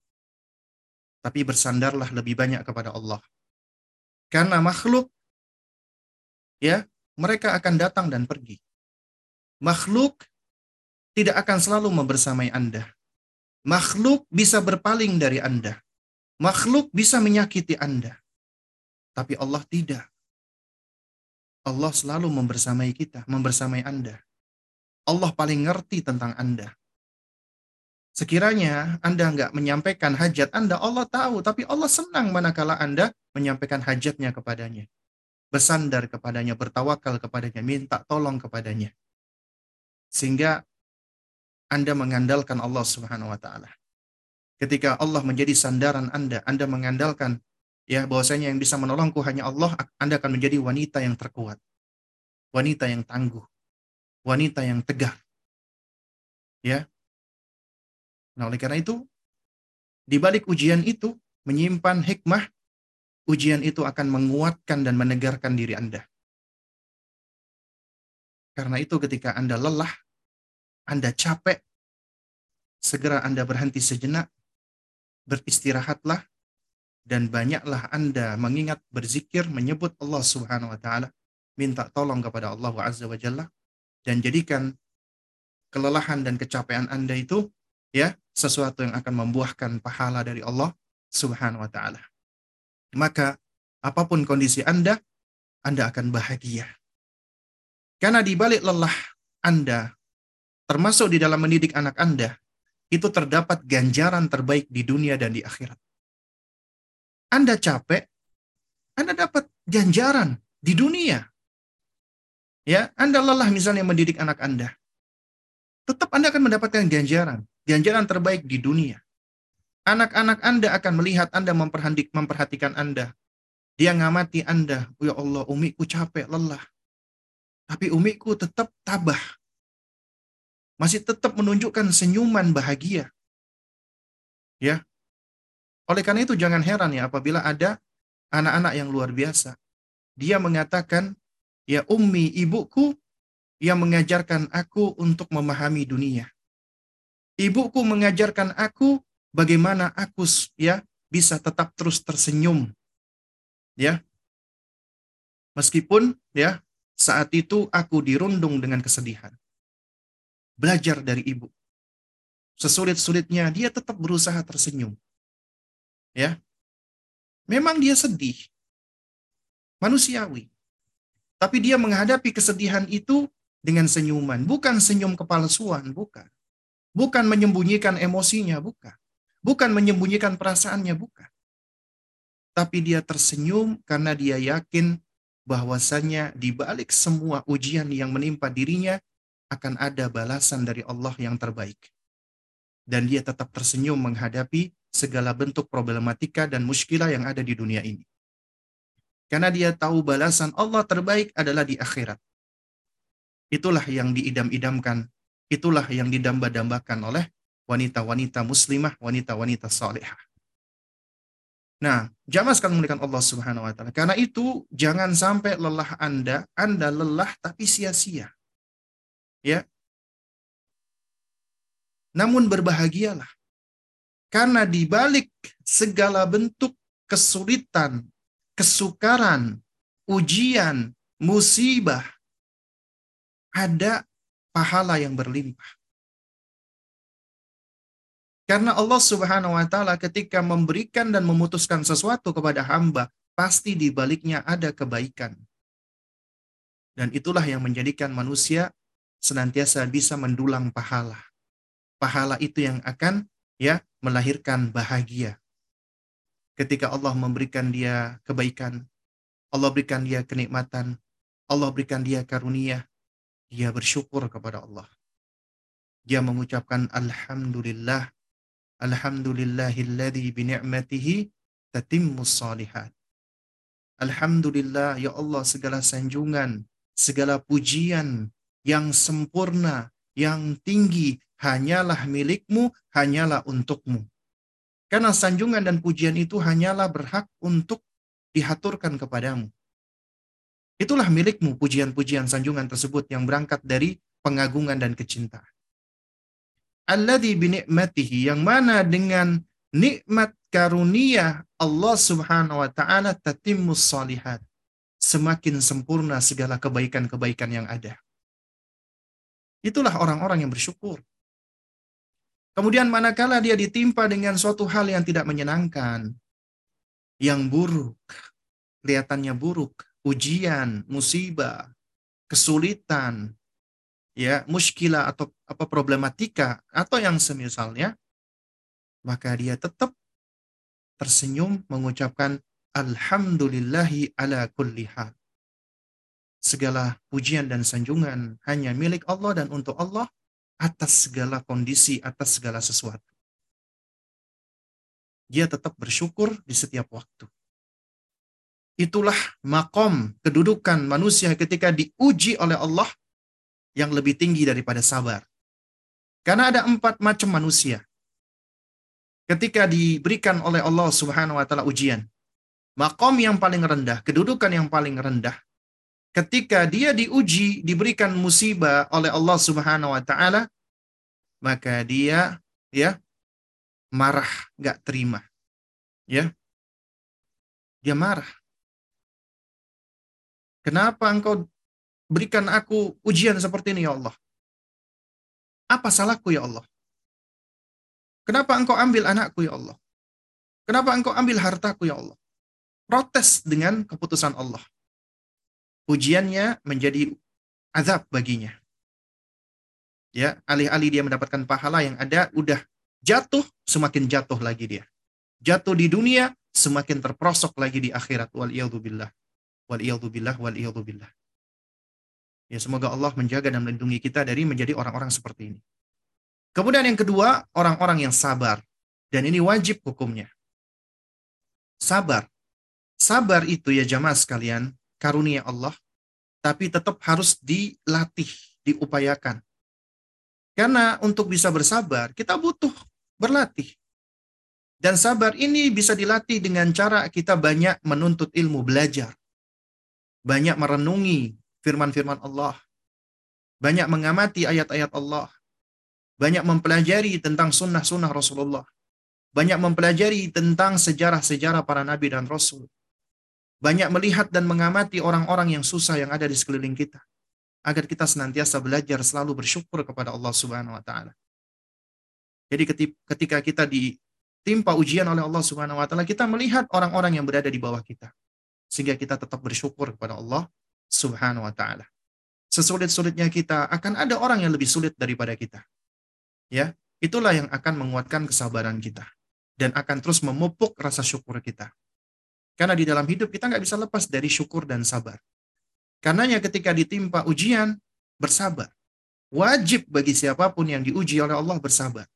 tapi bersandarlah lebih banyak kepada Allah. Karena makhluk ya, mereka akan datang dan pergi. Makhluk tidak akan selalu membersamai Anda. Makhluk bisa berpaling dari Anda. Makhluk bisa menyakiti Anda. Tapi Allah tidak. Allah selalu membersamai kita, membersamai Anda. Allah paling ngerti tentang Anda. Sekiranya Anda nggak menyampaikan hajat Anda, Allah tahu. Tapi Allah senang manakala Anda menyampaikan hajatnya kepadanya. Bersandar kepadanya, bertawakal kepadanya, minta tolong kepadanya. Sehingga Anda mengandalkan Allah Subhanahu wa taala. Ketika Allah menjadi sandaran Anda, Anda mengandalkan ya bahwasanya yang bisa menolongku hanya Allah, Anda akan menjadi wanita yang terkuat. Wanita yang tangguh. Wanita yang tegar. Ya. Nah, oleh karena itu, di balik ujian itu menyimpan hikmah. Ujian itu akan menguatkan dan menegarkan diri Anda. Karena itu ketika Anda lelah, Anda capek, segera Anda berhenti sejenak, beristirahatlah, dan banyaklah Anda mengingat, berzikir, menyebut Allah Subhanahu wa taala, minta tolong kepada Allah Azza wa Jalla, dan jadikan kelelahan dan kecapean Anda itu ya sesuatu yang akan membuahkan pahala dari Allah Subhanahu wa taala. Maka apapun kondisi Anda, Anda akan bahagia. Karena di balik lelah Anda, termasuk di dalam mendidik anak Anda, itu terdapat ganjaran terbaik di dunia dan di akhirat. Anda capek, Anda dapat ganjaran di dunia. Ya, Anda lelah misalnya mendidik anak Anda. Tetap Anda akan mendapatkan ganjaran, ganjaran terbaik di dunia. Anak-anak Anda akan melihat Anda memperhatikan Anda. Dia ngamati Anda. Ya Allah, umiku capek, lelah. Tapi umiku tetap tabah. Masih tetap menunjukkan senyuman bahagia. Ya. Oleh karena itu jangan heran ya apabila ada anak-anak yang luar biasa. Dia mengatakan, ya ummi, ibuku yang mengajarkan aku untuk memahami dunia. Ibuku mengajarkan aku bagaimana aku ya bisa tetap terus tersenyum. Ya. Meskipun ya saat itu aku dirundung dengan kesedihan. Belajar dari ibu. Sesulit-sulitnya dia tetap berusaha tersenyum. Ya. Memang dia sedih. Manusiawi. Tapi dia menghadapi kesedihan itu dengan senyuman. Bukan senyum kepalsuan, bukan. Bukan menyembunyikan emosinya, bukan. Bukan menyembunyikan perasaannya, bukan. Tapi dia tersenyum karena dia yakin bahwasannya di balik semua ujian yang menimpa dirinya akan ada balasan dari Allah yang terbaik. Dan dia tetap tersenyum menghadapi segala bentuk problematika dan muskilah yang ada di dunia ini. Karena dia tahu balasan Allah terbaik adalah di akhirat. Itulah yang diidam-idamkan, itulah yang didamba-dambakan oleh wanita-wanita muslimah, wanita-wanita salihah. Nah, jamaah sekalian memuliakan Allah Subhanahu wa taala. Karena itu jangan sampai lelah Anda, Anda lelah tapi sia-sia. Ya. Namun berbahagialah. Karena di balik segala bentuk kesulitan, kesukaran, ujian, musibah, ada pahala yang berlimpah. Karena Allah Subhanahu wa taala ketika memberikan dan memutuskan sesuatu kepada hamba, pasti di baliknya ada kebaikan. Dan itulah yang menjadikan manusia senantiasa bisa mendulang pahala. Pahala itu yang akan ya melahirkan bahagia. Ketika Allah memberikan dia kebaikan, Allah berikan dia kenikmatan, Allah berikan dia karunia, dia bersyukur kepada Allah. Dia mengucapkan alhamdulillah, alhamdulillahilladzi bini'matihi tatimmus shalihat. Alhamdulillah ya Allah, segala sanjungan, segala pujian yang sempurna, yang tinggi hanyalah milikmu, hanyalah untukmu. Karena sanjungan dan pujian itu hanyalah berhak untuk dihaturkan kepadamu. Itulah milikmu pujian-pujian sanjungan tersebut yang berangkat dari pengagungan dan kecintaan. Alladzi binikmatihi, yang mana dengan nikmat karunia Allah Subhanahu wa taala tatimmus shalihat. Semakin sempurna segala kebaikan-kebaikan yang ada. Itulah orang-orang yang bersyukur. Kemudian manakala dia ditimpa dengan suatu hal yang tidak menyenangkan, yang buruk, kelihatannya buruk, ujian, musibah, kesulitan, ya, muskilah atau apa problematika atau yang semisalnya, maka dia tetap tersenyum mengucapkan alhamdulillahi ala kulli hal. Segala pujian dan sanjungan hanya milik Allah dan untuk Allah atas segala kondisi, atas segala sesuatu. Dia tetap bersyukur di setiap waktu. Itulah makom, kedudukan manusia ketika diuji oleh Allah yang lebih tinggi daripada sabar. Karena ada empat macam manusia. Ketika diberikan oleh Allah Subhanahu wa taala ujian, makom yang paling rendah, kedudukan yang paling rendah, ketika dia diuji, diberikan musibah oleh Allah Subhanahu wa taala, maka dia ya marah, enggak terima. Ya. Dia marah. Kenapa engkau berikan aku ujian seperti ini ya Allah? Apa salahku ya Allah? Kenapa engkau ambil anakku ya Allah? Kenapa engkau ambil hartaku ya Allah? Protes dengan keputusan Allah. Ujiannya menjadi azab baginya. Ya, alih-alih dia mendapatkan pahala yang ada, udah jatuh, semakin jatuh lagi dia. Jatuh di dunia, semakin terperosok lagi di akhirat. Waliyadzubillah. Waliyadzubillah, waliyadzubillah. Ya, semoga Allah menjaga dan melindungi kita dari menjadi orang-orang seperti ini. Kemudian yang kedua, orang-orang yang sabar. Dan ini wajib hukumnya. Sabar. Sabar itu ya jamaah sekalian, karunia Allah, tapi tetap harus dilatih, diupayakan. Karena untuk bisa bersabar, kita butuh berlatih. Dan sabar ini bisa dilatih dengan cara kita banyak menuntut ilmu, belajar. Banyak merenungi firman-firman Allah. Banyak mengamati ayat-ayat Allah. Banyak mempelajari tentang sunnah-sunnah Rasulullah. banyak mempelajari tentang sejarah-sejarah para nabi dan rasul, banyak melihat dan mengamati orang-orang yang susah yang ada di sekeliling kita, agar kita senantiasa belajar selalu bersyukur kepada Allah Subhanahu wa taala. Jadi ketika kita ditimpa ujian oleh Allah Subhanahu wa taala, kita melihat orang-orang yang berada di bawah kita, sehingga kita tetap bersyukur kepada Allah Subhanahu wa taala. Sesulit-sulitnya kita, akan ada orang yang lebih sulit daripada kita. Ya, itulah yang akan menguatkan kesabaran kita dan akan terus memupuk rasa syukur kita. Karena di dalam hidup kita nggak bisa lepas dari syukur dan sabar. Karenanya ketika ditimpa ujian, bersabar. Wajib bagi siapapun yang diuji oleh Allah bersabar.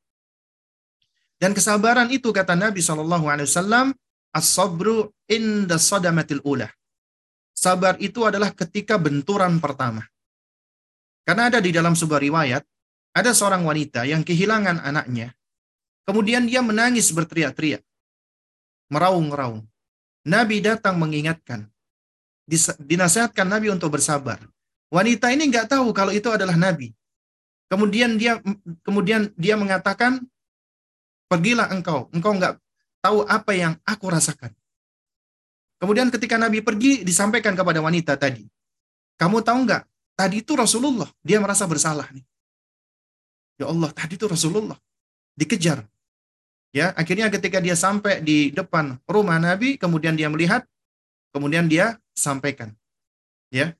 Dan kesabaran itu kata Nabi shallallahu alaihi wasallam, as-sabru inda sadamatil ula. Sabar itu adalah ketika benturan pertama. Karena ada di dalam sebuah riwayat, ada seorang wanita yang kehilangan anaknya. Kemudian dia menangis berteriak-teriak. Meraung-raung. Nabi datang mengingatkan. Dinasihatkan Nabi untuk bersabar. Wanita ini nggak tahu kalau itu adalah Nabi. Kemudian dia kemudian dia mengatakan, pergilah engkau, engkau nggak tahu apa yang aku rasakan. Kemudian ketika Nabi pergi, disampaikan kepada wanita tadi, kamu tahu nggak, tadi itu Rasulullah, dia merasa bersalah nih. Ya Allah, tadi itu Rasulullah, dikejar. Ya, akhirnya ketika dia sampai di depan rumah Nabi, kemudian dia melihat, kemudian dia sampaikan. Ya,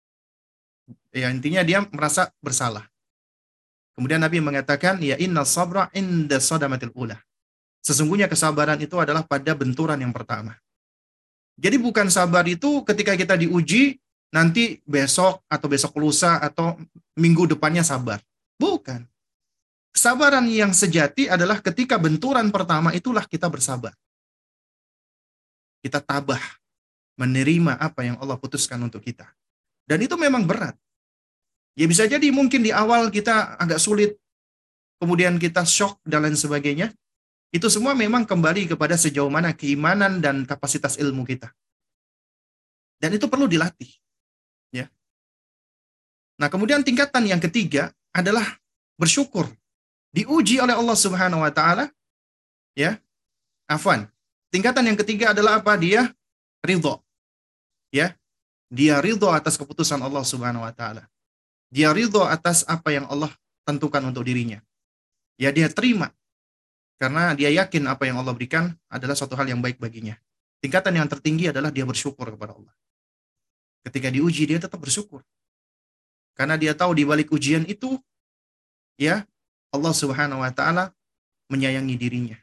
ya intinya dia merasa bersalah. Kemudian Nabi mengatakan, ya inna sabra inda sadamatil ula. Sesungguhnya kesabaran itu adalah pada benturan yang pertama. Jadi bukan sabar itu ketika kita diuji, nanti besok atau besok lusa atau minggu depannya sabar. Bukan. Kesabaran yang sejati adalah ketika benturan pertama itulah kita bersabar. Kita tabah, menerima apa yang Allah putuskan untuk kita. Dan itu memang berat. Ya bisa jadi mungkin di awal kita agak sulit, kemudian kita shock dan lain sebagainya. Itu semua memang kembali kepada sejauh mana keimanan dan kapasitas ilmu kita. Dan itu perlu dilatih. Ya. Nah, kemudian tingkatan yang ketiga adalah bersyukur. Diuji oleh Allah Subhanahu wa taala, ya. Afwan. Tingkatan yang ketiga adalah apa? Dia ridho. Ya. Dia ridho atas keputusan Allah Subhanahu wa taala. Dia ridho atas apa yang Allah tentukan untuk dirinya. Ya, dia terima. Karena dia yakin apa yang Allah berikan adalah suatu hal yang baik baginya. Tingkatan yang tertinggi adalah dia bersyukur kepada Allah. Ketika diuji, dia tetap bersyukur. Karena dia tahu di balik ujian itu, ya, Allah Subhanahu wa taala menyayangi dirinya.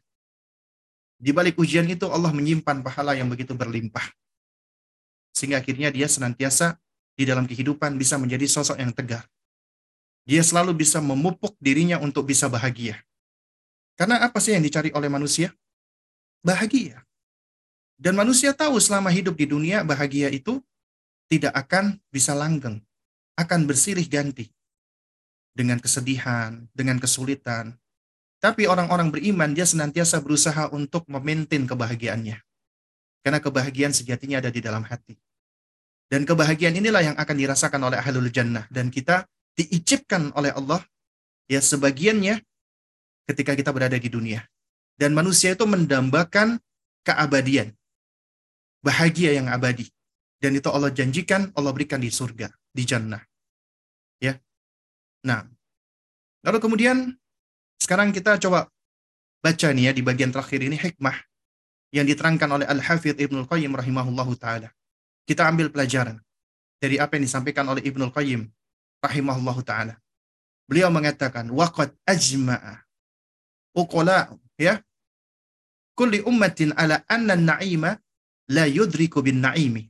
Di balik ujian itu Allah menyimpan pahala yang begitu berlimpah. Sehingga akhirnya dia senantiasa di dalam kehidupan bisa menjadi sosok yang tegar. Dia selalu bisa memupuk dirinya untuk bisa bahagia. Karena apa sih yang dicari oleh manusia? Bahagia. Dan manusia tahu selama hidup di dunia bahagia itu tidak akan bisa langgeng. Akan bersilih ganti. Dengan kesedihan, dengan kesulitan. Tapi orang-orang beriman, dia senantiasa berusaha untuk memaintain kebahagiaannya. Karena kebahagiaan sejatinya ada di dalam hati. Dan kebahagiaan inilah yang akan dirasakan oleh ahlul jannah. Dan kita diicipkan oleh Allah, ya sebagiannya ketika kita berada di dunia. Dan manusia itu mendambakan keabadian. Bahagia yang abadi. Dan itu Allah janjikan, Allah berikan di surga, di jannah. Ya. Nah, lalu kemudian sekarang kita coba baca nih ya di bagian terakhir ini hikmah yang diterangkan oleh Al-Hafidh Ibnul Qayyim rahimahullahu ta'ala. Kita ambil pelajaran dari apa yang disampaikan oleh Ibnul Qayyim rahimahullahu ta'ala. Beliau mengatakan, waqad ajma'a uqala ya kulli ummatin ala anna an-na'ima la yudriku bin na'imi.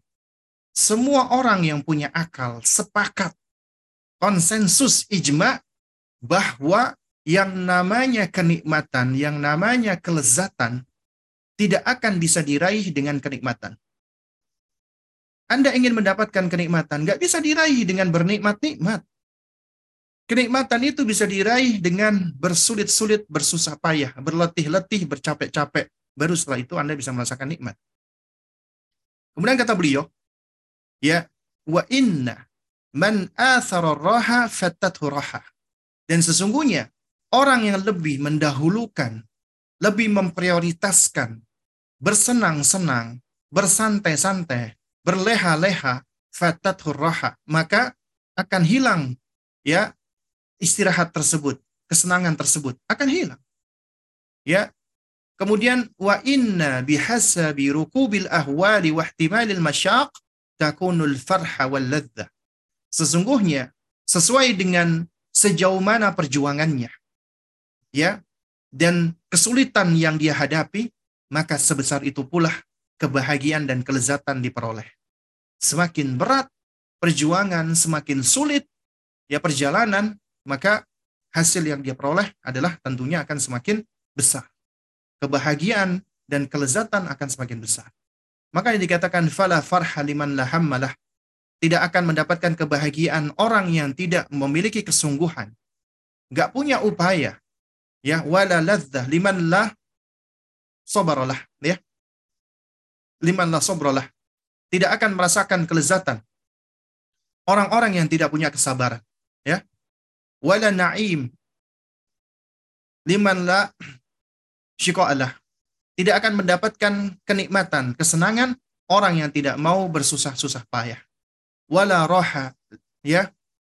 Semua orang yang punya akal sepakat, konsensus ijma bahwa yang namanya kenikmatan, yang namanya kelezatan tidak akan bisa diraih dengan kenikmatan. Anda ingin mendapatkan kenikmatan, nggak bisa diraih dengan bernikmat-nikmat. Kenikmatan itu bisa diraih dengan bersulit-sulit, bersusah payah, berletih-letih, bercapek-capek. Baru setelah itu Anda bisa merasakan nikmat. Kemudian kata beliau, ya, wa inna man athara raha fattathu raha. Dan sesungguhnya orang yang lebih mendahulukan lebih memprioritaskan bersenang-senang, bersantai-santai, berleha-leha, fatathur raha, maka akan hilang ya istirahat tersebut, kesenangan tersebut akan hilang. Ya. Kemudian wa inna bihasabi rukubil ahwali wa ihtimalil masyaq takunul farha wal ladzah. Sesungguhnya sesuai dengan sejauh mana perjuangannya, ya, dan kesulitan yang dia hadapi, maka sebesar itu pula kebahagiaan dan kelezatan diperoleh. Semakin berat perjuangan, semakin sulit ya perjalanan, maka hasil yang dia peroleh adalah tentunya akan semakin besar. Kebahagiaan dan kelezatan akan semakin besar. Maka dikatakan fala farha liman la hammalah. Tidak akan mendapatkan kebahagiaan orang yang tidak memiliki kesungguhan, enggak punya upaya. Ya, wala ladzah liman la sabaralah, ya. Liman la sabralah. Tidak akan merasakan kelezatan orang-orang yang tidak punya kesabaran, ya. Wala na'im liman la syiqa'alah. Tidak akan mendapatkan kenikmatan, kesenangan orang yang tidak mau bersusah-susah payah. Wala raha, ya,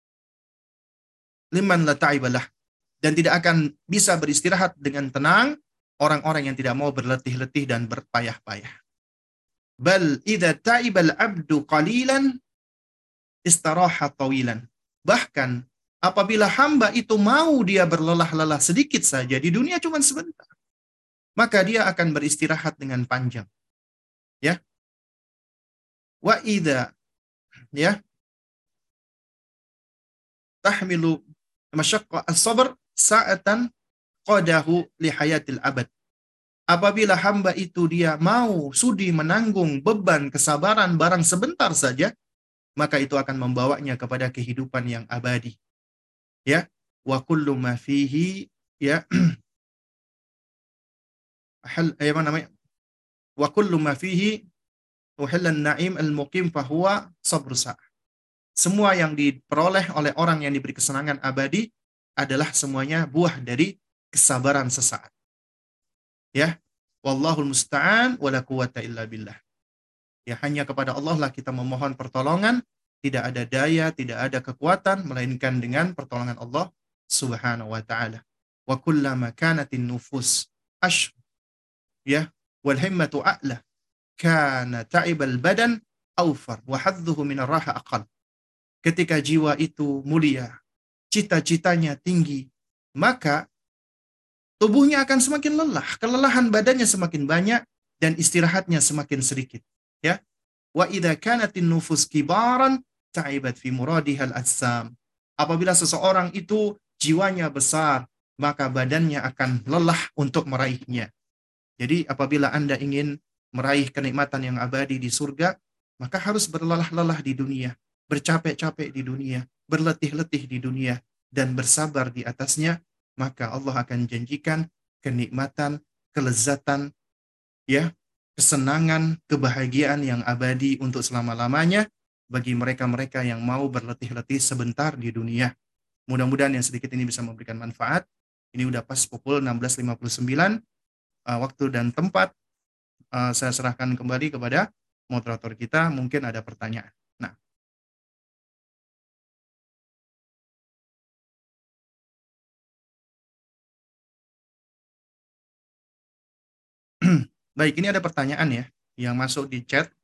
liman la ta'ibalah. Dan tidak akan bisa beristirahat dengan tenang orang-orang yang tidak mau berletih-letih dan berpayah-payah. Bal idza ta'ibal abdu qalilan istaraha tawilan. Bahkan apabila hamba itu mau dia berlelah-lelah sedikit saja di dunia cuma sebentar, maka dia akan beristirahat dengan panjang. Ya. Wa idza, ya, tahmilu masyaqqa as-sabr sa'atan qadahu li hayatil abad. Apabila hamba itu dia mau sudi menanggung beban kesabaran barang sebentar saja, maka itu akan membawanya kepada kehidupan yang abadi. Ya, wa kullu ma fihi, ya, hal apa namanya? Wa kullu ma fihi uhillan na'im al-muqim fahuwa sabru sa'ah. Semua yang diperoleh oleh orang yang diberi kesenangan abadi adalah semuanya buah dari kesabaran sesaat. Ya, wallahul musta'an wala quwata illa billah. Ya, hanya kepada Allah lah kita memohon pertolongan, tidak ada daya, tidak ada kekuatan melainkan dengan pertolongan Allah Subhanahu wa taala. Wa kullama kanatin nufus ash, ya, wal himmatu a'la kana ta'ibal badan awfar wa hadduhu min ar-raha aqal. Ketika jiwa itu mulia, cita-citanya tinggi, maka tubuhnya akan semakin lelah, kelelahan badannya semakin banyak dan istirahatnya semakin sedikit, ya. Wa idza kanatin nufus kibaran ta'ibat fi muradihal ajsam. Apabila seseorang itu jiwanya besar, maka badannya akan lelah untuk meraihnya. Jadi apabila Anda ingin meraih kenikmatan yang abadi di surga, maka harus berlelah-lelah di dunia, bercapek-capek di dunia, berletih-letih di dunia, dan bersabar di atasnya, maka Allah akan janjikan kenikmatan, kelezatan, ya, kesenangan, kebahagiaan yang abadi untuk selama-lamanya bagi mereka-mereka yang mau berletih-letih sebentar di dunia. Mudah-mudahan yang sedikit ini bisa memberikan manfaat. Ini udah pas pukul enam belas lima puluh sembilan, uh, waktu dan tempat. Uh, saya serahkan kembali kepada moderator kita, mungkin ada pertanyaan. Nah, baik, ini ada pertanyaan ya yang masuk di chat.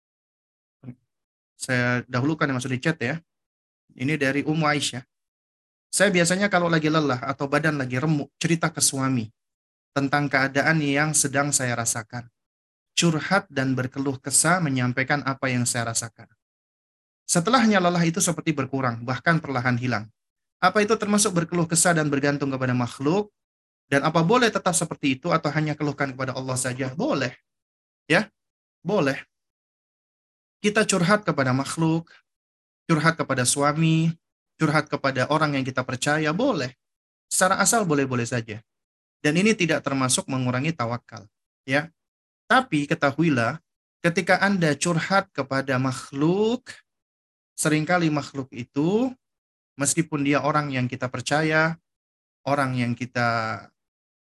Saya dahulukan yang masuk di chat ya. Ini dari Ummu Aisyah. Saya biasanya kalau lagi lelah atau badan lagi remuk, cerita ke suami tentang keadaan yang sedang saya rasakan. Curhat dan berkeluh kesah menyampaikan apa yang saya rasakan. Setelahnya lelah itu seperti berkurang, bahkan perlahan hilang. Apa itu termasuk berkeluh kesah dan bergantung kepada makhluk? Dan apa boleh tetap seperti itu atau hanya keluhkan kepada Allah saja? Boleh. Ya, boleh. Kita curhat kepada makhluk, curhat kepada suami, curhat kepada orang yang kita percaya, boleh. Secara asal boleh-boleh saja. Dan ini tidak termasuk mengurangi tawakal. Ya. Tapi ketahuilah, ketika Anda curhat kepada makhluk, seringkali makhluk itu, meskipun dia orang yang kita percaya, orang yang kita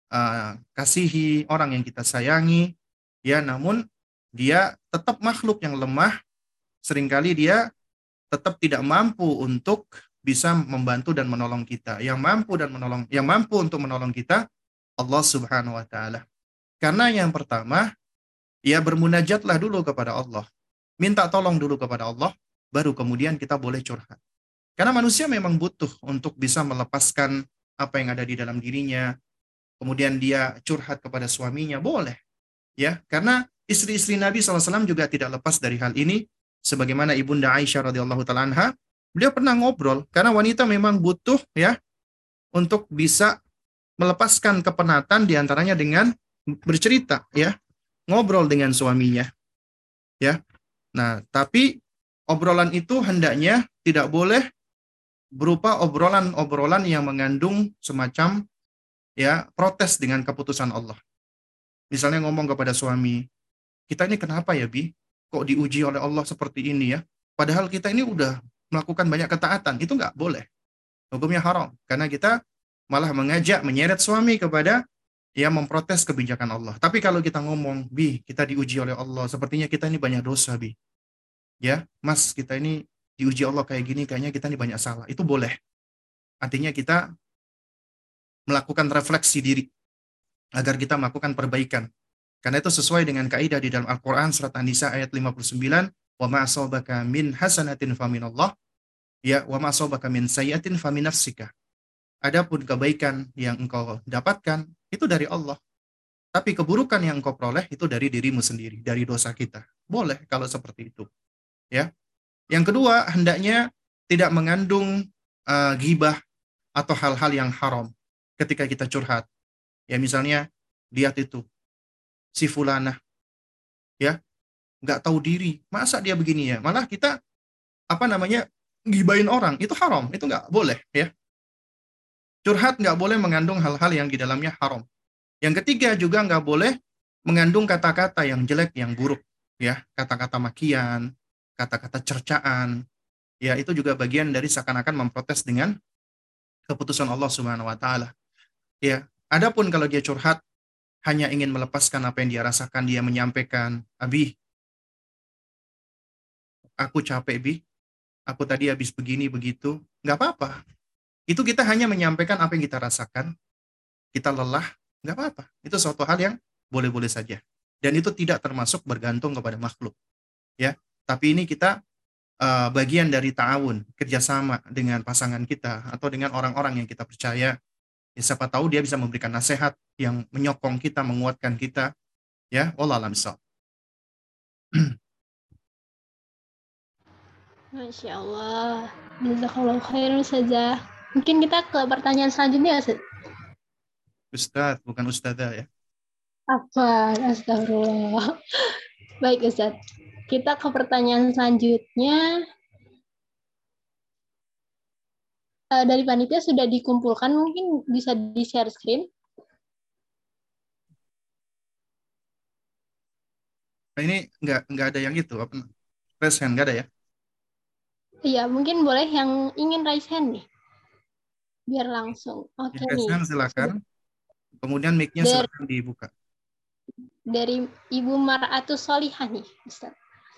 uh, kasihi, orang yang kita sayangi, ya, namun dia tetap makhluk yang lemah, seringkali dia tetap tidak mampu untuk bisa membantu dan menolong kita. Yang mampu dan menolong, yang mampu untuk menolong kita Allah Subhanahu wa taala. Karena yang pertama, ya bermunajatlah dulu kepada Allah. Minta tolong dulu kepada Allah, baru kemudian kita boleh curhat. Karena manusia memang butuh untuk bisa melepaskan apa yang ada di dalam dirinya. Kemudian dia curhat kepada suaminya, boleh. Ya, karena istri-istri Nabi shallallahu alaihi wasallam juga tidak lepas dari hal ini. Sebagaimana Ibunda Aisyah radhiyallahu taala anha, beliau pernah ngobrol. Karena wanita memang butuh ya untuk bisa melepaskan kepenatan diantaranya dengan bercerita, ya, ngobrol dengan suaminya, ya. Nah, tapi obrolan itu hendaknya tidak boleh berupa obrolan-obrolan yang mengandung semacam ya protes dengan keputusan Allah. Misalnya ngomong kepada suami, kita ini kenapa ya Bi? Kok diuji oleh Allah seperti ini ya? Padahal kita ini udah melakukan banyak ketaatan, itu nggak boleh. Hukumnya haram, karena kita malah mengajak, menyeret suami kepada ya memprotes kebijakan Allah. Tapi kalau kita ngomong, Bi, kita diuji oleh Allah, sepertinya kita ini banyak dosa, Bi. Ya, Mas, kita ini diuji Allah kayak gini, kayaknya kita ini banyak salah. Itu boleh. Artinya kita melakukan refleksi diri agar kita melakukan perbaikan. Karena itu sesuai dengan kaidah di dalam Al-Qur'an surat An-Nisa ayat lima puluh sembilan, "Wa ma asabaka min hasanatin faminallah, ya wa ma asabaka min sayyi'atin famin nafsika." Adapun kebaikan yang engkau dapatkan itu dari Allah. Tapi keburukan yang engkau peroleh itu dari dirimu sendiri, dari dosa kita. Boleh kalau seperti itu. Ya. Yang kedua, hendaknya tidak mengandung uh, ghibah atau hal-hal yang haram ketika kita curhat. Ya misalnya, lihat itu, si fulanah, ya, nggak tahu diri. Masa dia begini ya? Malah kita, apa namanya, gibain orang. Itu haram, itu nggak boleh. Ya. Curhat nggak boleh mengandung hal-hal yang di dalamnya haram. Yang ketiga juga nggak boleh mengandung kata-kata yang jelek, yang buruk. Ya, kata-kata makian, kata-kata cercaan. Ya, itu juga bagian dari seakan-akan memprotes dengan keputusan Allah Subhanahu wa taala. Ya, adapun kalau dia curhat hanya ingin melepaskan apa yang dia rasakan, dia menyampaikan, "Abi, aku capek, Bi. Aku tadi habis begini begitu." Nggak apa-apa. Itu kita hanya menyampaikan apa yang kita rasakan. Kita lelah, nggak apa-apa. Itu suatu hal yang boleh-boleh saja. Dan itu tidak termasuk bergantung kepada makhluk. Ya, tapi ini kita uh, bagian dari ta'awun, kerjasama dengan pasangan kita atau dengan orang-orang yang kita percaya. Ya, siapa tahu dia bisa memberikan nasihat yang menyokong kita, menguatkan kita. Ya, wallah alam bissawab. Masya Allah. Jazakallahu khairan Ustazah. Mungkin kita ke pertanyaan selanjutnya, Ustaz. Ustadz, bukan ustadzah ya. Apa? Astagfirullah. Baik, Ustaz. Kita ke pertanyaan selanjutnya. Uh, dari panitia sudah dikumpulkan, mungkin bisa di-share screen. Nah, ini nggak nggak ada yang itu, apa? Raise hand nggak ada ya? Iya, mungkin boleh yang ingin raise hand nih. Biar langsung. Oke okay, nih. Silakan. Kemudian mic-nya silakan dibuka. Dari Ibu Mar'atus Solihah nih, Ustaz.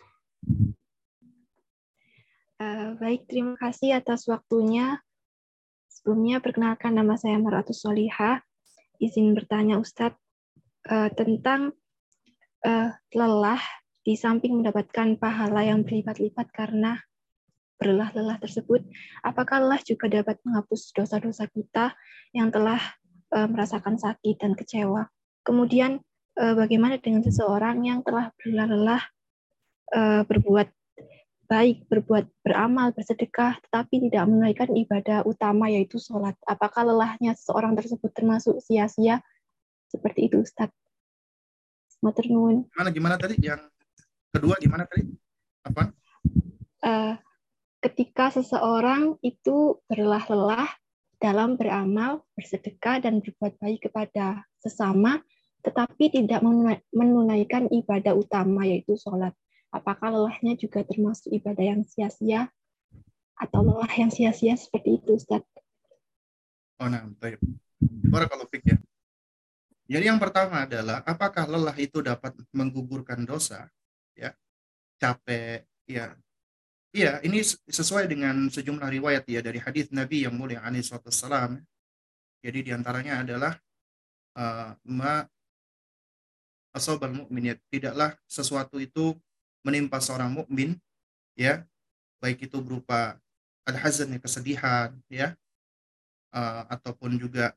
Uh, baik, terima kasih atas waktunya. Sebelumnya, perkenalkan nama saya Mar'atus Solihah. Izin bertanya Ustadz uh, tentang uh, lelah di samping mendapatkan pahala yang berlipat-lipat karena berlelah-lelah tersebut, apakah lelah juga dapat menghapus dosa-dosa kita yang telah uh, merasakan sakit dan kecewa? Kemudian, uh, bagaimana dengan seseorang yang telah berlelah-lelah uh, berbuat baik, berbuat beramal, bersedekah, tetapi tidak menunaikan ibadah utama yaitu sholat? Apakah lelahnya seseorang tersebut termasuk sia-sia? Seperti itu, Ustaz. Matur nuwun. Gimana, gimana tadi? Yang kedua gimana tadi? Apa? Uh, ketika seseorang itu berlelah-lelah dalam beramal, bersedekah, dan berbuat baik kepada sesama, tetapi tidak menunaikan ibadah utama, yaitu sholat. Apakah lelahnya juga termasuk ibadah yang sia-sia? Atau lelah yang sia-sia seperti itu, Ustaz? Oh, nah, baik. Barakallahu fiik ya. Jadi yang pertama adalah apakah lelah itu dapat menggugurkan dosa? Ya, capek, ya. Iya, ini sesuai dengan sejumlah riwayat ya dari hadis Nabi yang mulia alaihi wasallam. Jadi diantaranya adalah uh, ma asabal mu'min, ya, tidaklah sesuatu itu menimpa seorang mukmin, ya, baik itu berupa al-hazan, ya, kesedihan, ya, uh, ataupun juga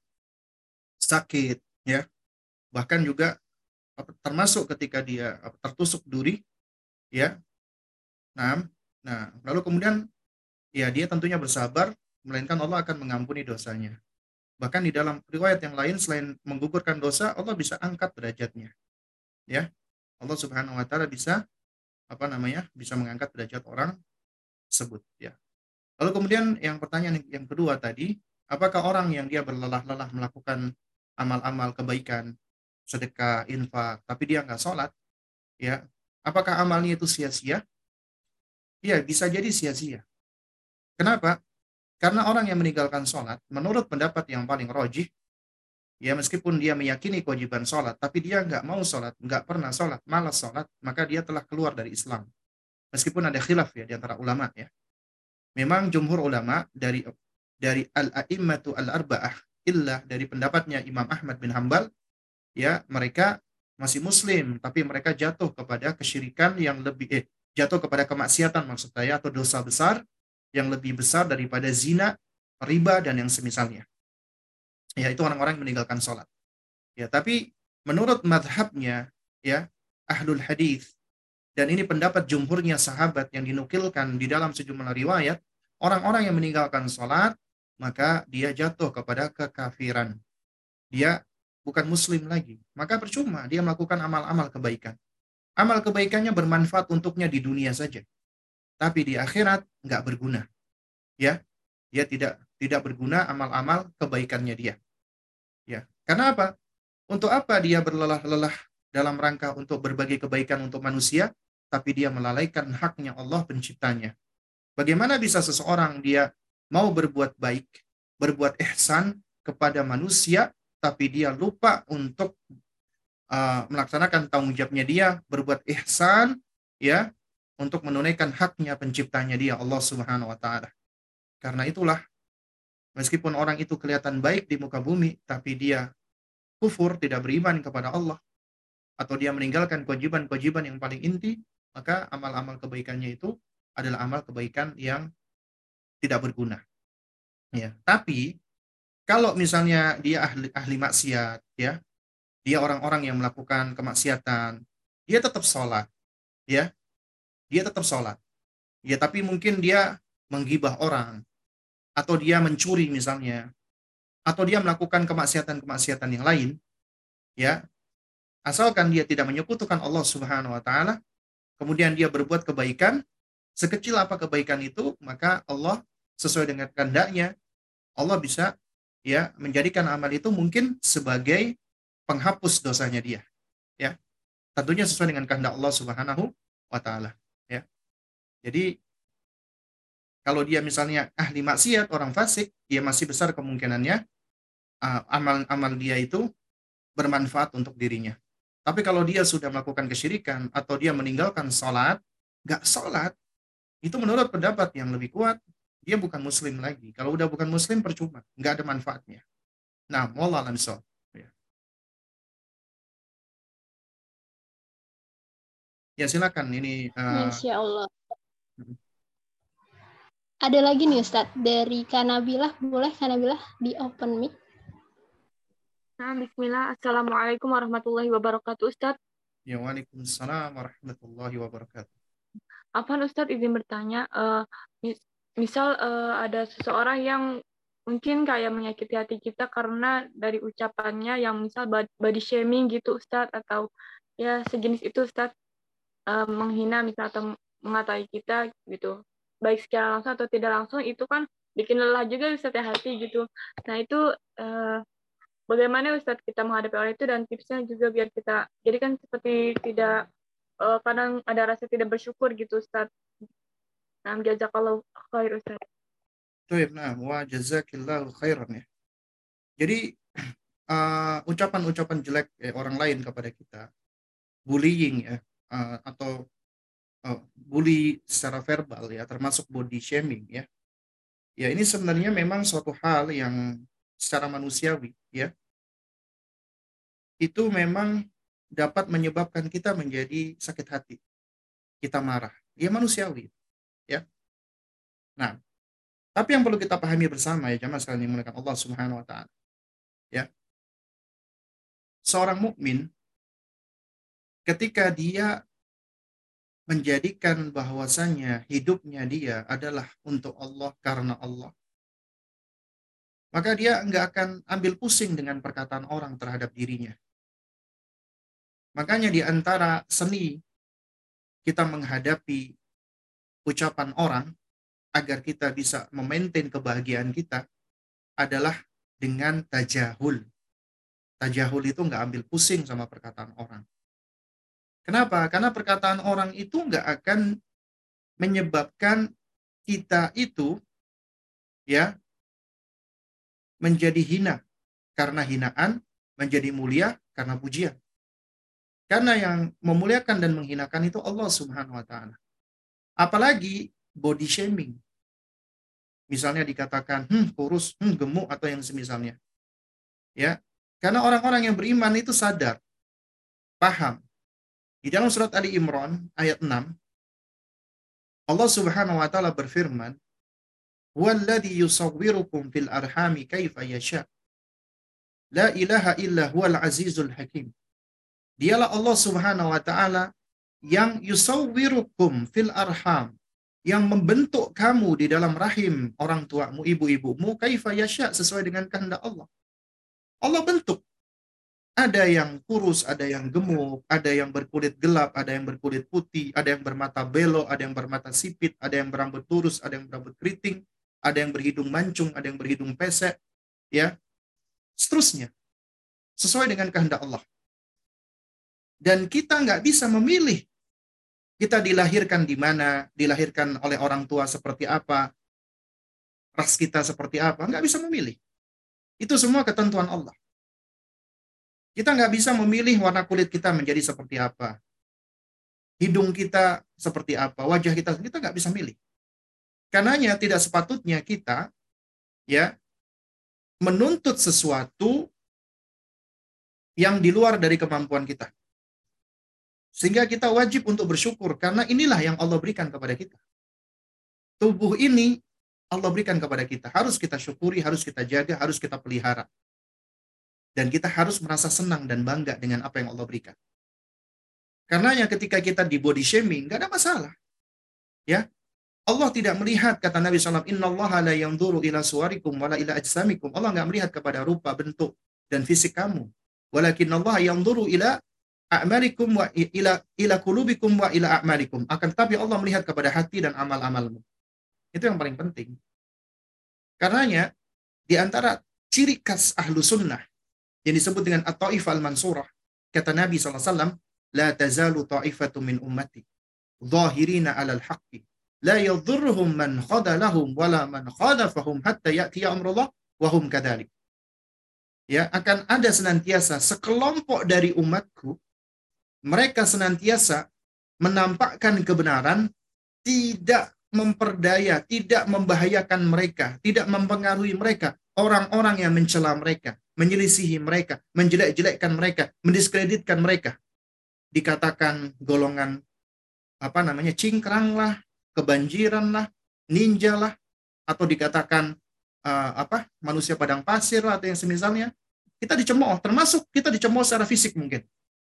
sakit, ya, bahkan juga termasuk ketika dia tertusuk duri, ya. Nah, nah, lalu kemudian ya dia tentunya bersabar, melainkan Allah akan mengampuni dosanya. Bahkan di dalam riwayat yang lain selain menggugurkan dosa, Allah bisa angkat derajatnya. Ya, Allah Subhanahu wa taala bisa apa namanya? Bisa mengangkat derajat orang tersebut, ya. Lalu kemudian yang pertanyaan yang kedua tadi, apakah orang yang dia berlelah-lelah melakukan amal-amal kebaikan, sedekah, infak, tapi dia nggak sholat, ya, apakah amalnya itu sia-sia? Ya, bisa jadi sia-sia. Kenapa? Karena orang yang meninggalkan sholat, menurut pendapat yang paling rojih, ya meskipun dia meyakini kewajiban sholat, tapi dia nggak mau sholat, nggak pernah sholat, malas sholat, maka dia telah keluar dari Islam. Meskipun ada khilaf ya di antara ulama, ya. Memang jumhur ulama dari dari al-a'immatu al-arba'ah, illa dari pendapatnya Imam Ahmad bin Hambal, ya mereka masih muslim, tapi mereka jatuh kepada kesyirikan yang lebih, eh, jatuh kepada kemaksiatan maksud saya, atau dosa besar yang lebih besar daripada zina, riba, dan yang semisalnya. Ya, itu orang-orang yang meninggalkan sholat. Ya, tapi menurut madhabnya, ya, ahlul hadis, dan ini pendapat jumhurnya sahabat yang dinukilkan di dalam sejumlah riwayat, orang-orang yang meninggalkan sholat, maka dia jatuh kepada kekafiran. Dia bukan muslim lagi. Maka percuma dia melakukan amal-amal kebaikan. Amal kebaikannya bermanfaat untuknya di dunia saja. Tapi di akhirat nggak berguna. Ya, dia tidak tidak berguna amal-amal kebaikannya dia. Ya, karena apa? Untuk apa dia berlelah-lelah dalam rangka untuk berbagi kebaikan untuk manusia, tapi dia melalaikan haknya Allah penciptanya. Bagaimana bisa seseorang dia mau berbuat baik, berbuat ihsan kepada manusia, tapi dia lupa untuk uh, melaksanakan tanggung jawabnya dia, berbuat ihsan, ya, untuk menunaikan haknya penciptanya dia, Allah Subhanahu wa taala. Karena itulah, meskipun orang itu kelihatan baik di muka bumi, tapi dia kufur, tidak beriman kepada Allah, atau dia meninggalkan kewajiban-kewajiban yang paling inti, maka amal-amal kebaikannya itu adalah amal kebaikan yang tidak berguna. Ya, tapi kalau misalnya dia ahli, ahli maksiat, ya, dia orang-orang yang melakukan kemaksiatan, dia tetap sholat, ya, dia tetap sholat, ya, tapi mungkin dia menggibah orang, atau dia mencuri misalnya, atau dia melakukan kemaksiatan-kemaksiatan yang lain, ya, asalkan dia tidak menyekutukan Allah Subhanahu wa taala, kemudian dia berbuat kebaikan, sekecil apa kebaikan itu, maka Allah sesuai dengan kehendaknya, Allah bisa, ya, menjadikan amal itu mungkin sebagai penghapus dosanya dia, ya. Tentunya sesuai dengan kehendak Allah Subhanahu wa taala, ya. Jadi kalau dia misalnya ahli maksiat, orang fasik, dia masih besar kemungkinannya uh, amal-amal dia itu bermanfaat untuk dirinya. Tapi kalau dia sudah melakukan kesyirikan atau dia meninggalkan sholat, nggak sholat, itu menurut pendapat yang lebih kuat, dia bukan muslim lagi. Kalau udah bukan muslim, percuma, nggak ada manfaatnya. Nah, wallah alam shawab. Ya. Ya silakan ini. Uh, Masya Allah. Ada lagi nih Ustadz dari Kanabilah, boleh Kanabilah di open mic? Nah, bismillah. Assalamualaikum warahmatullahi wabarakatuh, Ustadz. Ya, waalaikumsalam warahmatullahi wabarakatuh. Afwan Ustadz izin bertanya, uh, mis misal uh, ada seseorang yang mungkin kayak menyakiti hati kita karena dari ucapannya yang misal body shaming gitu Ustadz, atau ya sejenis itu Ustadz, uh, menghina misal atau mengatai kita gitu, baik secara langsung atau tidak langsung, itu kan bikin lelah juga Ustadz ya hati gitu. Nah itu uh, bagaimana Ustadz kita menghadapi orang itu, dan tipsnya juga biar kita, jadi kan seperti tidak, uh, kadang ada rasa tidak bersyukur gitu Ustadz. Nah, jazakallahu khair Ustadz. Tuh, nah, wa jazakillahu khairan, ya. Jadi uh, ucapan-ucapan jelek ya, orang lain kepada kita, bullying ya, uh, atau uh, bully secara verbal ya, termasuk body shaming ya. Ya ini sebenarnya memang suatu hal yang secara manusiawi ya, itu memang dapat menyebabkan kita menjadi sakit hati, kita marah. Ya manusiawi ya. Nah, tapi yang perlu kita pahami bersama ya jamaah sekalian yang dimuliakan Allah Subhanahu wa taala. Ya. Seorang mukmin ketika dia menjadikan bahwasannya hidupnya dia adalah untuk Allah, karena Allah, maka dia nggak akan ambil pusing dengan perkataan orang terhadap dirinya. Makanya di antara seni kita menghadapi ucapan orang agar kita bisa memaintain kebahagiaan kita adalah dengan tajahul. Tajahul itu nggak ambil pusing sama perkataan orang. Kenapa? Karena perkataan orang itu nggak akan menyebabkan kita itu ya menjadi hina karena hinaan, menjadi mulia karena pujian. Karena yang memuliakan dan menghinakan itu Allah Subhanahu wa taala. Apalagi body shaming. Misalnya dikatakan, hmm, kurus, hmm, gemuk, atau yang semisalnya. Ya, karena orang-orang yang beriman itu sadar, paham. Di dalam surat Ali Imran ayat enam, Allah Subhanahu wa taala berfirman, "Walladzi yusawwirukum fil arhami kaifa yasha. La ilaha illa huwal azizul hakim." Dialah Allah Subhanahu wa taala yang yusawwirukum fil arham, yang membentuk kamu di dalam rahim orang tuamu, ibu-ibumu, kaifa yasha, sesuai dengan kehendak Allah. Allah bentuk. Ada yang kurus, ada yang gemuk, ada yang berkulit gelap, ada yang berkulit putih, ada yang bermata belok, ada yang bermata sipit, ada yang berambut lurus, ada yang berambut keriting, ada yang berhidung mancung, ada yang berhidung pesek, ya, seterusnya. Sesuai dengan kehendak Allah. Dan kita nggak bisa memilih. Kita dilahirkan di mana, dilahirkan oleh orang tua seperti apa, ras kita seperti apa, nggak bisa memilih. Itu semua ketentuan Allah. Kita nggak bisa memilih warna kulit kita menjadi seperti apa, hidung kita seperti apa, wajah kita, kita nggak bisa milih. Karenanya tidak sepatutnya kita ya menuntut sesuatu yang di luar dari kemampuan kita. Sehingga kita wajib untuk bersyukur karena inilah yang Allah berikan kepada kita. Tubuh ini Allah berikan kepada kita. Harus kita syukuri, harus kita jaga, harus kita pelihara. Dan kita harus merasa senang dan bangga dengan apa yang Allah berikan. Karenanya ketika kita di body shaming, nggak ada masalah. Ya, Allah tidak melihat, kata Nabi shallallahu alaihi wasallam, Innallaha la yanzuru ila suwarikum wala ila ajsamikum. Allah nggak melihat kepada rupa, bentuk, dan fisik kamu. Walakinnallaha yanzuru ila a'malikum wa ila ila qulubikum wa ila a'malikum. Akan tetapi Allah melihat kepada hati dan amal-amalmu. Itu yang paling penting. Karenanya di antara ciri khas ahlu sunnah yang disebut dengan at-ta'ifah al-mansurah, kata Nabi shallallahu alaihi wasallam, la tazalu ta'ifatu min ummati zahirina 'alal haqqi la yadhurruhum man khadalahum wala man khadafahum hatta ya'tiya amrullah wa hum kadzalik. Ya, akan ada senantiasa sekelompok dari umatku, mereka senantiasa menampakkan kebenaran, tidak memperdaya, tidak membahayakan mereka, tidak mempengaruhi mereka, orang-orang yang mencela mereka, menyelisihi mereka, menjelek-jelekkan mereka, mendiskreditkan mereka. Dikatakan golongan apa namanya cingkrang lah, kebanjiran lah, ninja lah, atau dikatakan uh, apa manusia padang pasir lah, atau yang semisalnya. Kita dicemooh, termasuk kita dicemooh secara fisik mungkin.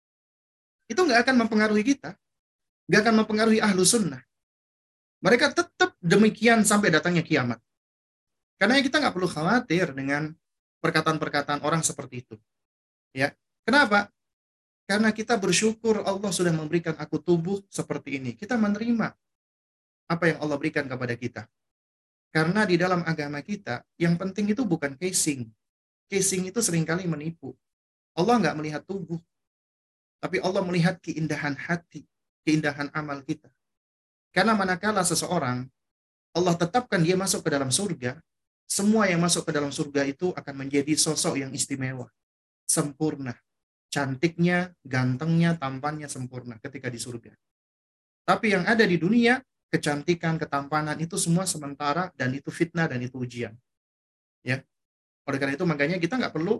Itu nggak akan mempengaruhi kita, nggak akan mempengaruhi ahlu sunnah. Mereka tetap demikian sampai datangnya kiamat. Karena kita nggak perlu khawatir dengan perkataan-perkataan orang seperti itu. Ya, kenapa? Karena kita bersyukur Allah sudah memberikan aku tubuh seperti ini. Kita menerima apa yang Allah berikan kepada kita. Karena di dalam agama kita, yang penting itu bukan casing. Casing itu seringkali menipu. Allah nggak melihat tubuh. Tapi Allah melihat keindahan hati, keindahan amal kita. Karena manakala seseorang, Allah tetapkan dia masuk ke dalam surga, semua yang masuk ke dalam surga itu akan menjadi sosok yang istimewa. sempurna. Cantiknya, gantengnya, tampannya sempurna ketika di surga. Tapi yang ada di dunia, kecantikan, ketampanan itu semua sementara dan itu fitnah dan itu ujian. Ya. Oleh karena itu makanya kita nggak perlu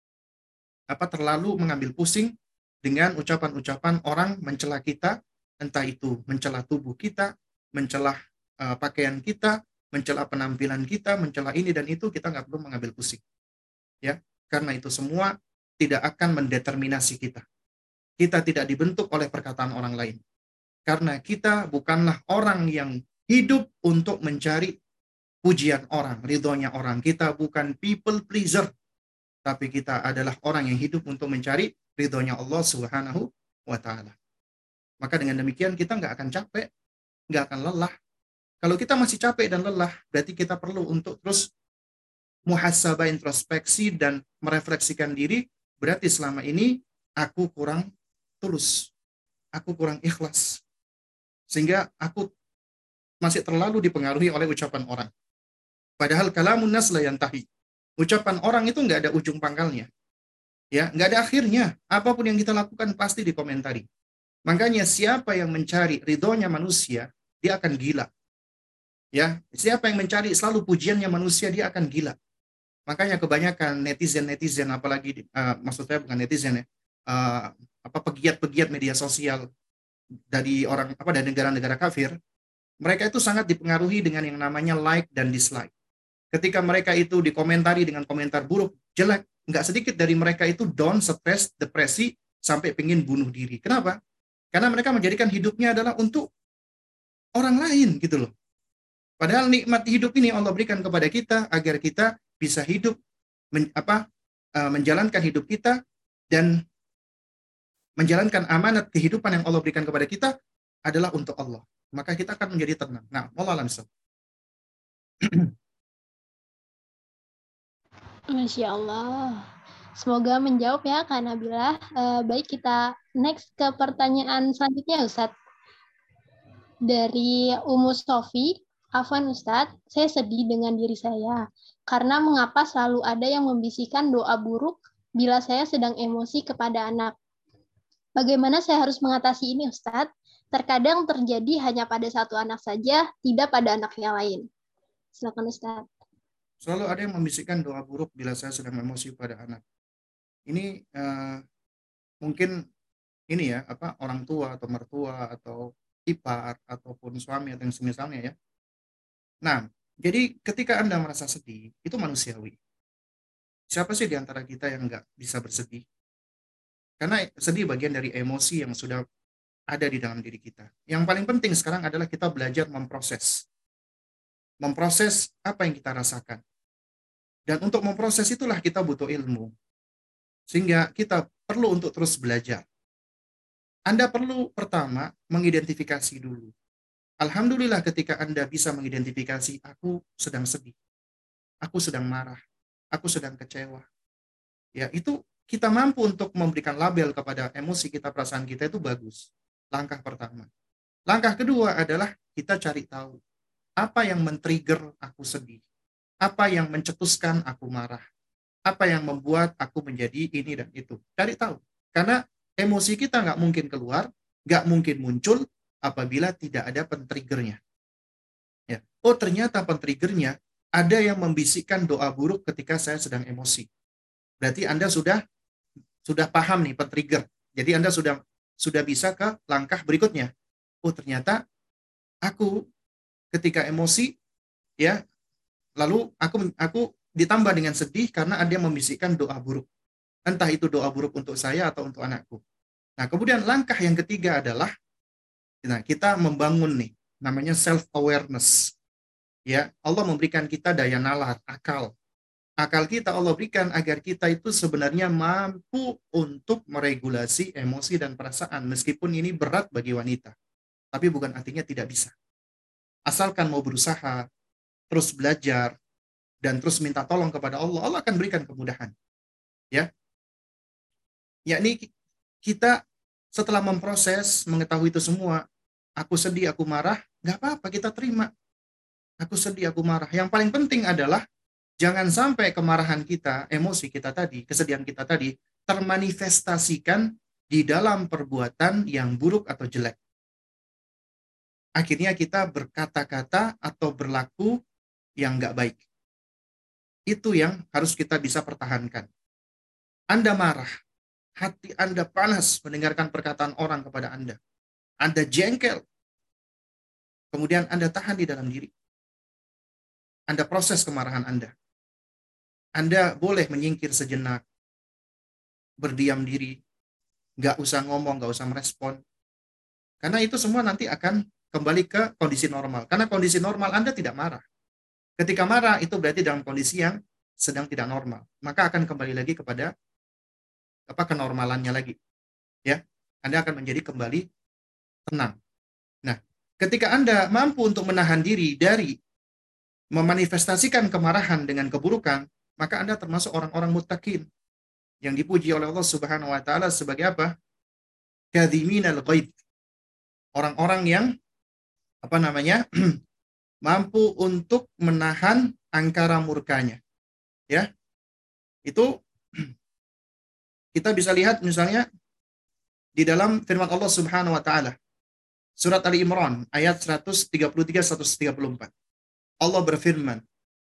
apa terlalu mengambil pusing dengan ucapan-ucapan orang mencela kita, entah itu mencela tubuh kita, mencela uh, pakaian kita, mencela penampilan kita, mencela ini dan itu, kita nggak perlu mengambil pusing. Ya, karena itu semua tidak akan mendeterminasi kita. Kita tidak dibentuk oleh perkataan orang lain. Karena kita bukanlah orang yang hidup untuk mencari pujian orang, ridhonya orang. Kita bukan people pleaser. Tapi kita adalah orang yang hidup untuk mencari ridhonya Allah Subhanahu wa ta'ala. Maka dengan demikian kita nggak akan capek, nggak akan lelah. Kalau kita masih capek dan lelah, berarti kita perlu untuk terus muhasabah, introspeksi, dan merefleksikan diri. Berarti selama ini aku kurang tulus, aku kurang ikhlas, sehingga aku masih terlalu dipengaruhi oleh ucapan orang. Padahal kalamun nas la yantahi. Ucapan orang itu nggak ada ujung pangkalnya, ya, nggak ada akhirnya. Apapun yang kita lakukan pasti dikomentari. Makanya siapa yang mencari ridhonya manusia, dia akan gila. Ya, siapa yang mencari selalu pujiannya manusia, dia akan gila. Makanya kebanyakan netizen-netizen, apalagi uh, maksudnya bukan netizen ya, uh, apa pegiat-pegiat media sosial dari orang apa dari negara-negara kafir, mereka itu sangat dipengaruhi dengan yang namanya like dan dislike. Ketika mereka itu dikomentari dengan komentar buruk, jelek, nggak sedikit dari mereka itu down, stres, depresi, sampai pengen bunuh diri. Kenapa? Karena mereka menjadikan hidupnya adalah untuk orang lain gitu loh. Padahal nikmat hidup ini Allah berikan kepada kita agar kita bisa hidup men, apa uh, menjalankan hidup kita dan menjalankan amanat kehidupan yang Allah berikan kepada kita adalah untuk Allah. Maka kita akan menjadi tenang. Nah, wallahu a'lam. Masya Allah. Semoga menjawab ya Kak Nabila. Uh, baik, kita next ke pertanyaan selanjutnya Ustadz. Dari Umu Sofi, Afwan Ustadz, saya sedih dengan diri saya. Karena mengapa selalu ada yang membisikkan doa buruk bila saya sedang emosi kepada anak. Bagaimana saya harus mengatasi ini Ustadz? Terkadang terjadi hanya pada satu anak saja, tidak pada anak yang lain. Silakan Ustadz. Selalu ada yang membisikkan doa buruk bila saya sedang emosi pada anak. Ini uh, mungkin ini ya, apa orang tua atau mertua atau ipar ataupun suami atau yang semisalnya ya. Nah, jadi ketika Anda merasa sedih, itu manusiawi. Siapa sih di antara kita yang nggak bisa bersedih? Karena sedih bagian dari emosi yang sudah ada di dalam diri kita. Yang paling penting sekarang adalah kita belajar memproses. Memproses apa yang kita rasakan. Dan untuk memproses itulah kita butuh ilmu. Sehingga kita perlu untuk terus belajar. Anda perlu pertama mengidentifikasi dulu. Alhamdulillah ketika Anda bisa mengidentifikasi, aku sedang sedih, aku sedang marah, aku sedang kecewa. Ya, itu kita mampu untuk memberikan label kepada emosi kita, perasaan kita, itu bagus. Langkah pertama. Langkah kedua adalah kita cari tahu apa yang men-trigger aku sedih, apa yang mencetuskan aku marah, apa yang membuat aku menjadi ini dan itu. Cari tahu. Karena emosi kita nggak mungkin keluar, nggak mungkin muncul apabila tidak ada pen-triggernya. Ya. Oh, ternyata pen-triggernya ada yang membisikkan doa buruk ketika saya sedang emosi. Berarti Anda sudah sudah paham nih pen-trigger. Jadi Anda sudah sudah bisa ke langkah berikutnya. Oh, ternyata aku ketika emosi ya, lalu aku aku ditambah dengan sedih karena ada yang membisikkan doa buruk. Entah itu doa buruk untuk saya atau untuk anakku. Nah, kemudian langkah yang ketiga adalah nah, kita membangun nih, namanya self-awareness. Ya, Allah memberikan kita daya nalar, akal. Akal kita Allah berikan agar kita itu sebenarnya mampu untuk meregulasi emosi dan perasaan. Meskipun ini berat bagi wanita. Tapi bukan artinya tidak bisa. Asalkan mau berusaha, terus belajar, dan terus minta tolong kepada Allah, Allah akan berikan kemudahan. Ya, yakni kita setelah memproses, mengetahui itu semua, aku sedih, aku marah, nggak apa-apa, kita terima. Aku sedih, aku marah. Yang paling penting adalah jangan sampai kemarahan kita, emosi kita tadi, kesedihan kita tadi, termanifestasikan di dalam perbuatan yang buruk atau jelek. Akhirnya kita berkata-kata atau berlaku yang nggak baik. Itu yang harus kita bisa pertahankan. Anda marah, hati Anda panas mendengarkan perkataan orang kepada Anda. Anda jengkel, kemudian Anda tahan di dalam diri. Anda proses kemarahan Anda. Anda boleh menyingkir sejenak, berdiam diri, nggak usah ngomong, nggak usah merespon. Karena itu semua nanti akan kembali ke kondisi normal. Karena kondisi normal Anda tidak marah. Ketika marah itu berarti dalam kondisi yang sedang tidak normal. Maka akan kembali lagi kepada apa kenormalannya lagi. Ya, Anda akan menjadi kembali tenang. Nah, ketika Anda mampu untuk menahan diri dari memanifestasikan kemarahan dengan keburukan, maka Anda termasuk orang-orang muttaqin yang dipuji oleh Allah Subhanahu wa taala sebagai apa? Kadhiminal ghaidh. Orang-orang yang apa namanya? mampu untuk menahan angkara murkanya. Ya. Itu kita bisa lihat misalnya di dalam firman Allah Subhanahu wa taala surat Ali Imran ayat seratus tiga puluh tiga sampai seratus tiga puluh empat. Allah berfirman,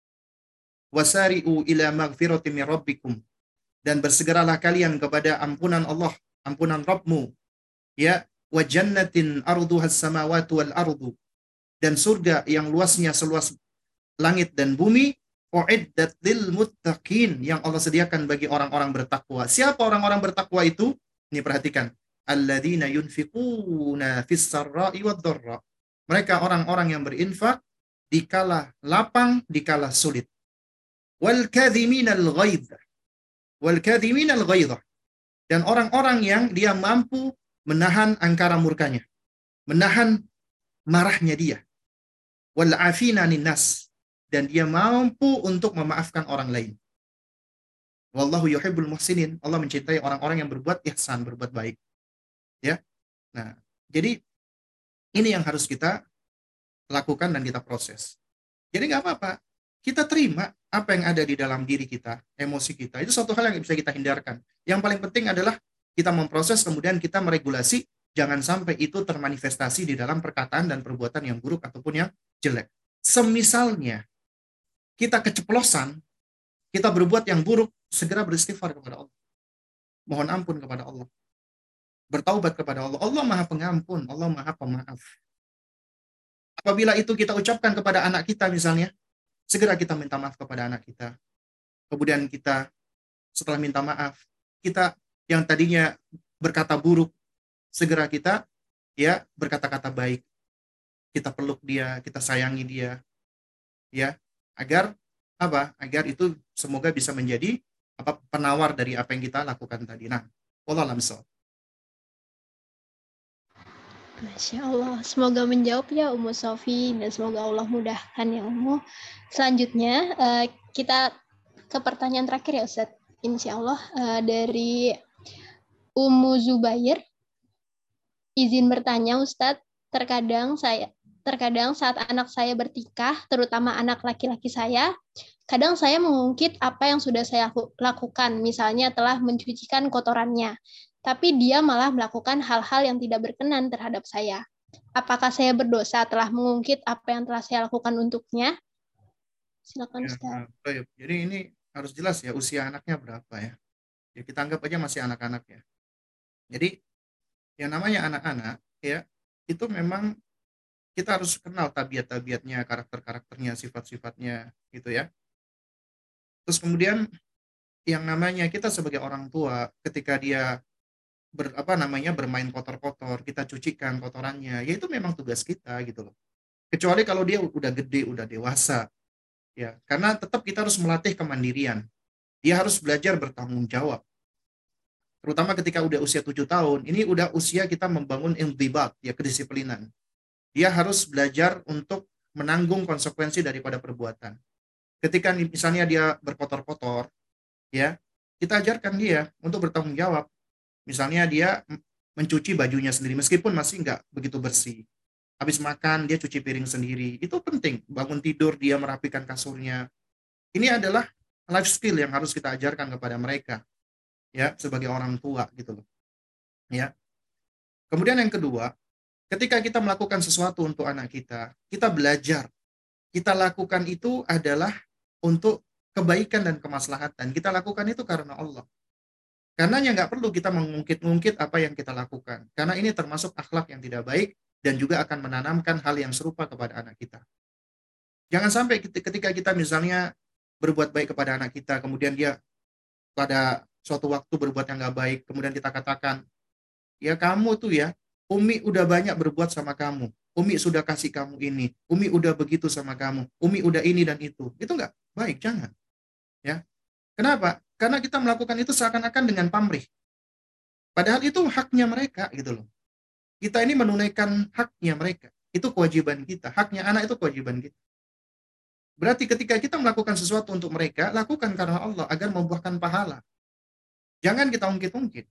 "Wasari'u ila magfiratin min rabbikum." Dan bersegeralah kalian kepada ampunan Allah, ampunan Rabbmu. Ya, wa jannatin arduhas samawati wal ardu. Dan surga yang luasnya seluas langit dan bumi, uiddat lil muttaqin, yang Allah sediakan bagi orang-orang bertakwa. Siapa orang-orang bertakwa itu? Ini perhatikan. Alladzina yunfiquna fis sarra'i wad dharra. Mereka orang-orang yang berinfak di kala lapang, di kala sulit. Wal kadhiminal ghaidh. Wal kadhiminal ghaidh. Dan orang-orang yang dia mampu menahan angkara murkanya. Menahan marahnya dia. Wal afina ninnas, dan dia mampu untuk memaafkan orang lain. Wallahu yuhibbul muhsinin. Allah mencintai orang-orang yang berbuat ihsan, berbuat baik. Ya. Nah, jadi ini yang harus kita lakukan dan kita proses. Jadi nggak apa-apa. Kita terima apa yang ada di dalam diri kita, emosi kita. Itu suatu hal yang bisa kita hindarkan. Yang paling penting adalah kita memproses, kemudian kita meregulasi. Jangan sampai itu termanifestasi di dalam perkataan dan perbuatan yang buruk ataupun yang jelek. Semisalnya kita keceplosan, kita berbuat yang buruk, segera beristighfar kepada Allah. Mohon ampun kepada Allah. Bertaubat kepada Allah. Allah Maha Pengampun, Allah Maha Pemaaf. Apabila itu kita ucapkan kepada anak kita misalnya, segera kita minta maaf kepada anak kita. Kemudian kita setelah minta maaf, kita yang tadinya berkata buruk, segera kita ya berkata-kata baik. Kita peluk dia, kita sayangi dia. Ya, agar apa? Agar itu semoga bisa menjadi apa penawar dari apa yang kita lakukan tadi. Nah, wallahu a'lam bishawab. Masya Allah, semoga menjawab ya Ummu Sofi, dan semoga Allah mudahkan ya Ummu. Selanjutnya uh, kita ke pertanyaan terakhir ya Ustadz, insya Allah uh, dari Ummu Zubair. Izin bertanya Ustadz, terkadang saya terkadang saat anak saya bertikah, terutama anak laki-laki saya, kadang saya mengungkit apa yang sudah saya lakukan, misalnya telah mencucikan kotorannya. Tapi dia malah melakukan hal-hal yang tidak berkenan terhadap saya. Apakah saya berdosa telah mengungkit apa yang telah saya lakukan untuknya? Silakan Ya, Ustaz. nah, jadi ini harus jelas ya usia anaknya berapa ya. Ya kita anggap aja masih anak-anak ya. Jadi yang namanya anak-anak ya itu memang kita harus kenal tabiat-tabiatnya, karakter-karakternya, sifat-sifatnya gitu ya. Terus kemudian yang namanya kita sebagai orang tua ketika dia ber, apa namanya bermain kotor-kotor, kita cucikan kotorannya, ya itu memang tugas kita gitu loh. Kecuali kalau dia udah gede, udah dewasa, ya, karena tetap kita harus melatih kemandirian. Dia harus belajar bertanggung jawab. Terutama ketika udah usia tujuh tahun, ini udah usia kita membangun intibat, ya kedisiplinan. Dia harus belajar untuk menanggung konsekuensi daripada perbuatan. Ketika misalnya dia berkotor-kotor, ya, kita ajarkan dia untuk bertanggung jawab. Misalnya dia mencuci bajunya sendiri, meskipun masih nggak begitu bersih. Habis makan, dia cuci piring sendiri. Itu penting. Bangun tidur, dia merapikan kasurnya. Ini adalah life skill yang harus kita ajarkan kepada mereka. ya, sebagai orang tua gitu loh. Ya. Kemudian yang kedua, ketika kita melakukan sesuatu untuk anak kita, kita belajar. Kita lakukan itu adalah untuk kebaikan dan kemaslahatan. Kita lakukan itu karena Allah. Karenanya nggak perlu kita mengungkit-ungkit apa yang kita lakukan. Karena ini termasuk akhlak yang tidak baik dan juga akan menanamkan hal yang serupa kepada anak kita. Jangan sampai ketika kita misalnya berbuat baik kepada anak kita, kemudian dia pada suatu waktu berbuat yang nggak baik, kemudian kita katakan, ya kamu tuh ya, Umi udah banyak berbuat sama kamu. Umi sudah kasih kamu ini. Umi udah begitu sama kamu. Umi udah ini dan itu. Itu nggak baik, jangan. Ya. Kenapa? Karena kita melakukan itu seakan-akan dengan pamrih. Padahal itu haknya mereka gitu loh. Kita ini menunaikan haknya mereka. Itu kewajiban kita. Haknya anak itu kewajiban kita. Berarti ketika kita melakukan sesuatu untuk mereka, lakukan karena Allah agar membuahkan pahala. Jangan kita ungkit-ungkit.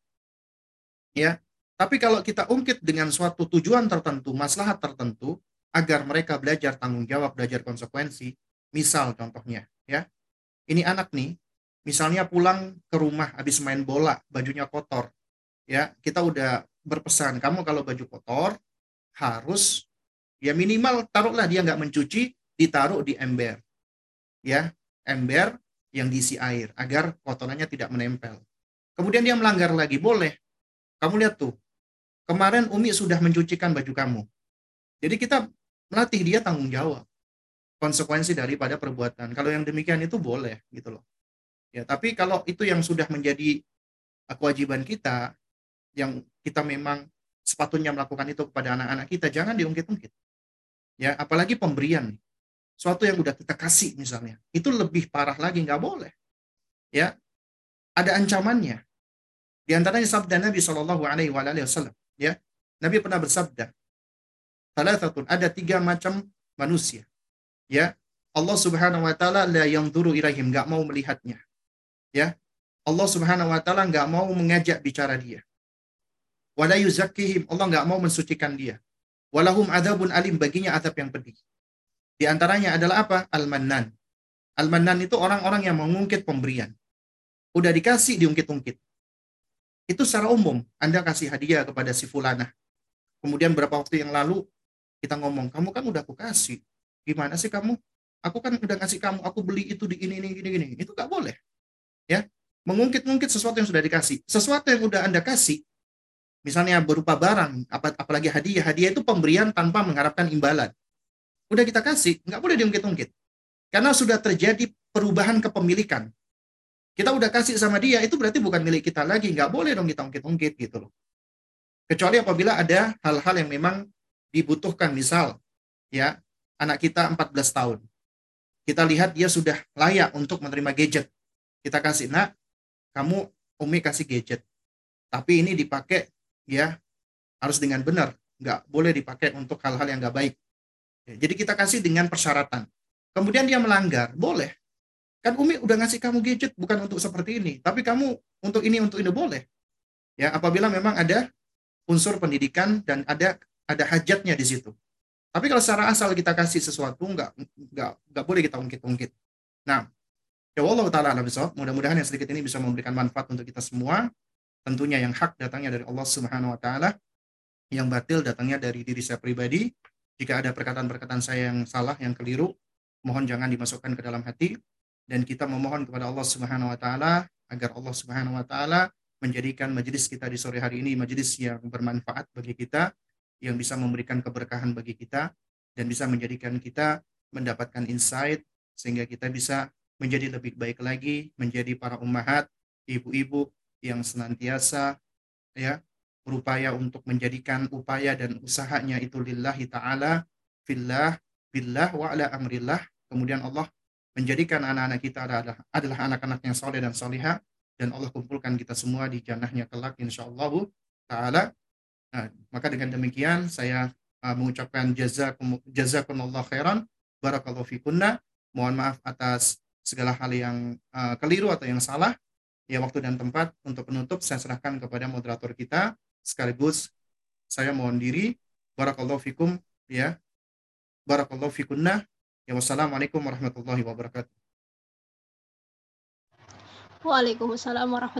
Ya. Tapi kalau kita ungkit dengan suatu tujuan tertentu, maslahat tertentu, agar mereka belajar tanggung jawab, belajar konsekuensi. Misal contohnya, ya. Ini anak nih, misalnya pulang ke rumah habis main bola, bajunya kotor. Ya, kita udah berpesan, kamu kalau baju kotor harus ya minimal taruhlah dia nggak mencuci, ditaruh di ember. Ya, ember yang diisi air agar kotorannya tidak menempel. Kemudian dia melanggar lagi, boleh. Kamu lihat tuh, kemarin Umi sudah mencucikan baju kamu. Jadi kita melatih dia tanggung jawab, konsekuensi daripada perbuatan. Kalau yang demikian itu boleh gitu loh. Ya, tapi kalau itu yang sudah menjadi kewajiban kita, yang kita memang sepatutnya melakukan itu kepada anak-anak kita, jangan diungkit-ungkit. Ya, apalagi pemberian. Suatu yang udah kita kasih misalnya, itu lebih parah lagi, nggak boleh. Ya, ada ancamannya. Di antaranya sabda Nabi Shallallahu Alaihi Wasallam. Ya, Nabi pernah bersabda, Thalathatun, ada tiga macam manusia. Ya, Allah Subhanahu Wa Taala la yanzuru ilaihim, nggak mau melihatnya. Ya, Allah Subhanahu Wa Taala nggak mau mengajak bicara dia. Wala yuzakkihim, Allah nggak mau mensucikan dia. Walahum adzabun alim, baginya azab yang pedih. Di antaranya adalah apa? Al-Mannan. Al-Mannan itu orang-orang yang mengungkit pemberian. Udah dikasih, diungkit-ungkit. Itu secara umum. Anda kasih hadiah kepada si fulanah. Kemudian beberapa waktu yang lalu, kita ngomong, kamu kan udah aku kasih. Gimana sih kamu? Aku kan udah ngasih kamu, aku beli itu di ini, ini, ini, ini. Itu nggak boleh. Ya, mengungkit-ungkit sesuatu yang sudah dikasih. Sesuatu yang udah Anda kasih, misalnya berupa barang, ap apalagi hadiah. Hadiah itu pemberian tanpa mengharapkan imbalan. Udah kita kasih, nggak boleh diungkit-ungkit. Karena sudah terjadi perubahan kepemilikan. Kita udah kasih sama dia, itu berarti bukan milik kita lagi. Nggak boleh dong kita ungkit-ungkit gitu loh. Kecuali apabila ada hal-hal yang memang dibutuhkan. Misal, ya, anak kita empat belas tahun. Kita lihat dia sudah layak untuk menerima gadget. Kita kasih, nak, kamu Umi kasih gadget. Tapi ini dipakai, ya, harus dengan benar. Nggak boleh dipakai untuk hal-hal yang nggak baik. Ya, jadi kita kasih dengan persyaratan. Kemudian dia melanggar, boleh. Kan Umi udah ngasih kamu gadget bukan untuk seperti ini, tapi kamu untuk ini, untuk ini boleh. Ya, apabila memang ada unsur pendidikan dan ada ada hajatnya di situ. Tapi kalau secara asal kita kasih sesuatu, nggak nggak nggak boleh kita ungkit-ungkit. Nah, ya Allah Ta'ala alam bisawab. Mudah-mudahan yang sedikit ini bisa memberikan manfaat untuk kita semua. Tentunya yang hak datangnya dari Allah Subhanahu Wa Ta'ala, yang batil datangnya dari diri saya pribadi. Jika ada perkataan-perkataan saya yang salah, yang keliru, mohon jangan dimasukkan ke dalam hati. Dan kita memohon kepada Allah Subhanahu Wa Ta'ala agar Allah Subhanahu Wa Ta'ala menjadikan majelis kita di sore hari ini majelis yang bermanfaat bagi kita, yang bisa memberikan keberkahan bagi kita, dan bisa menjadikan kita mendapatkan insight sehingga kita bisa menjadi lebih baik lagi, menjadi para ummahat, ibu-ibu yang senantiasa ya berupaya untuk menjadikan upaya dan usahanya itu lillahi ta'ala, fillah, billah, wa ala amrillah. Kemudian Allah menjadikan anak-anak kita adalah adalah anak-anak yang soleh dan solihah, dan Allah kumpulkan kita semua di jannahnya kelak insyaallah ta'ala. Nah, maka dengan demikian saya uh, mengucapkan jazakum jazakumullah khairan, barakallahu fikunna. Mohon maaf atas segala hal yang uh, keliru atau yang salah. Ya, waktu dan tempat untuk penutup saya serahkan kepada moderator kita, sekaligus saya mohon diri. Barakallahu fikum, ya. Barakallahu fikunna. Ya, wassalamualaikum warahmatullahi wabarakatuh. Waalaikumsalam warahmatullahi wabarakatuh.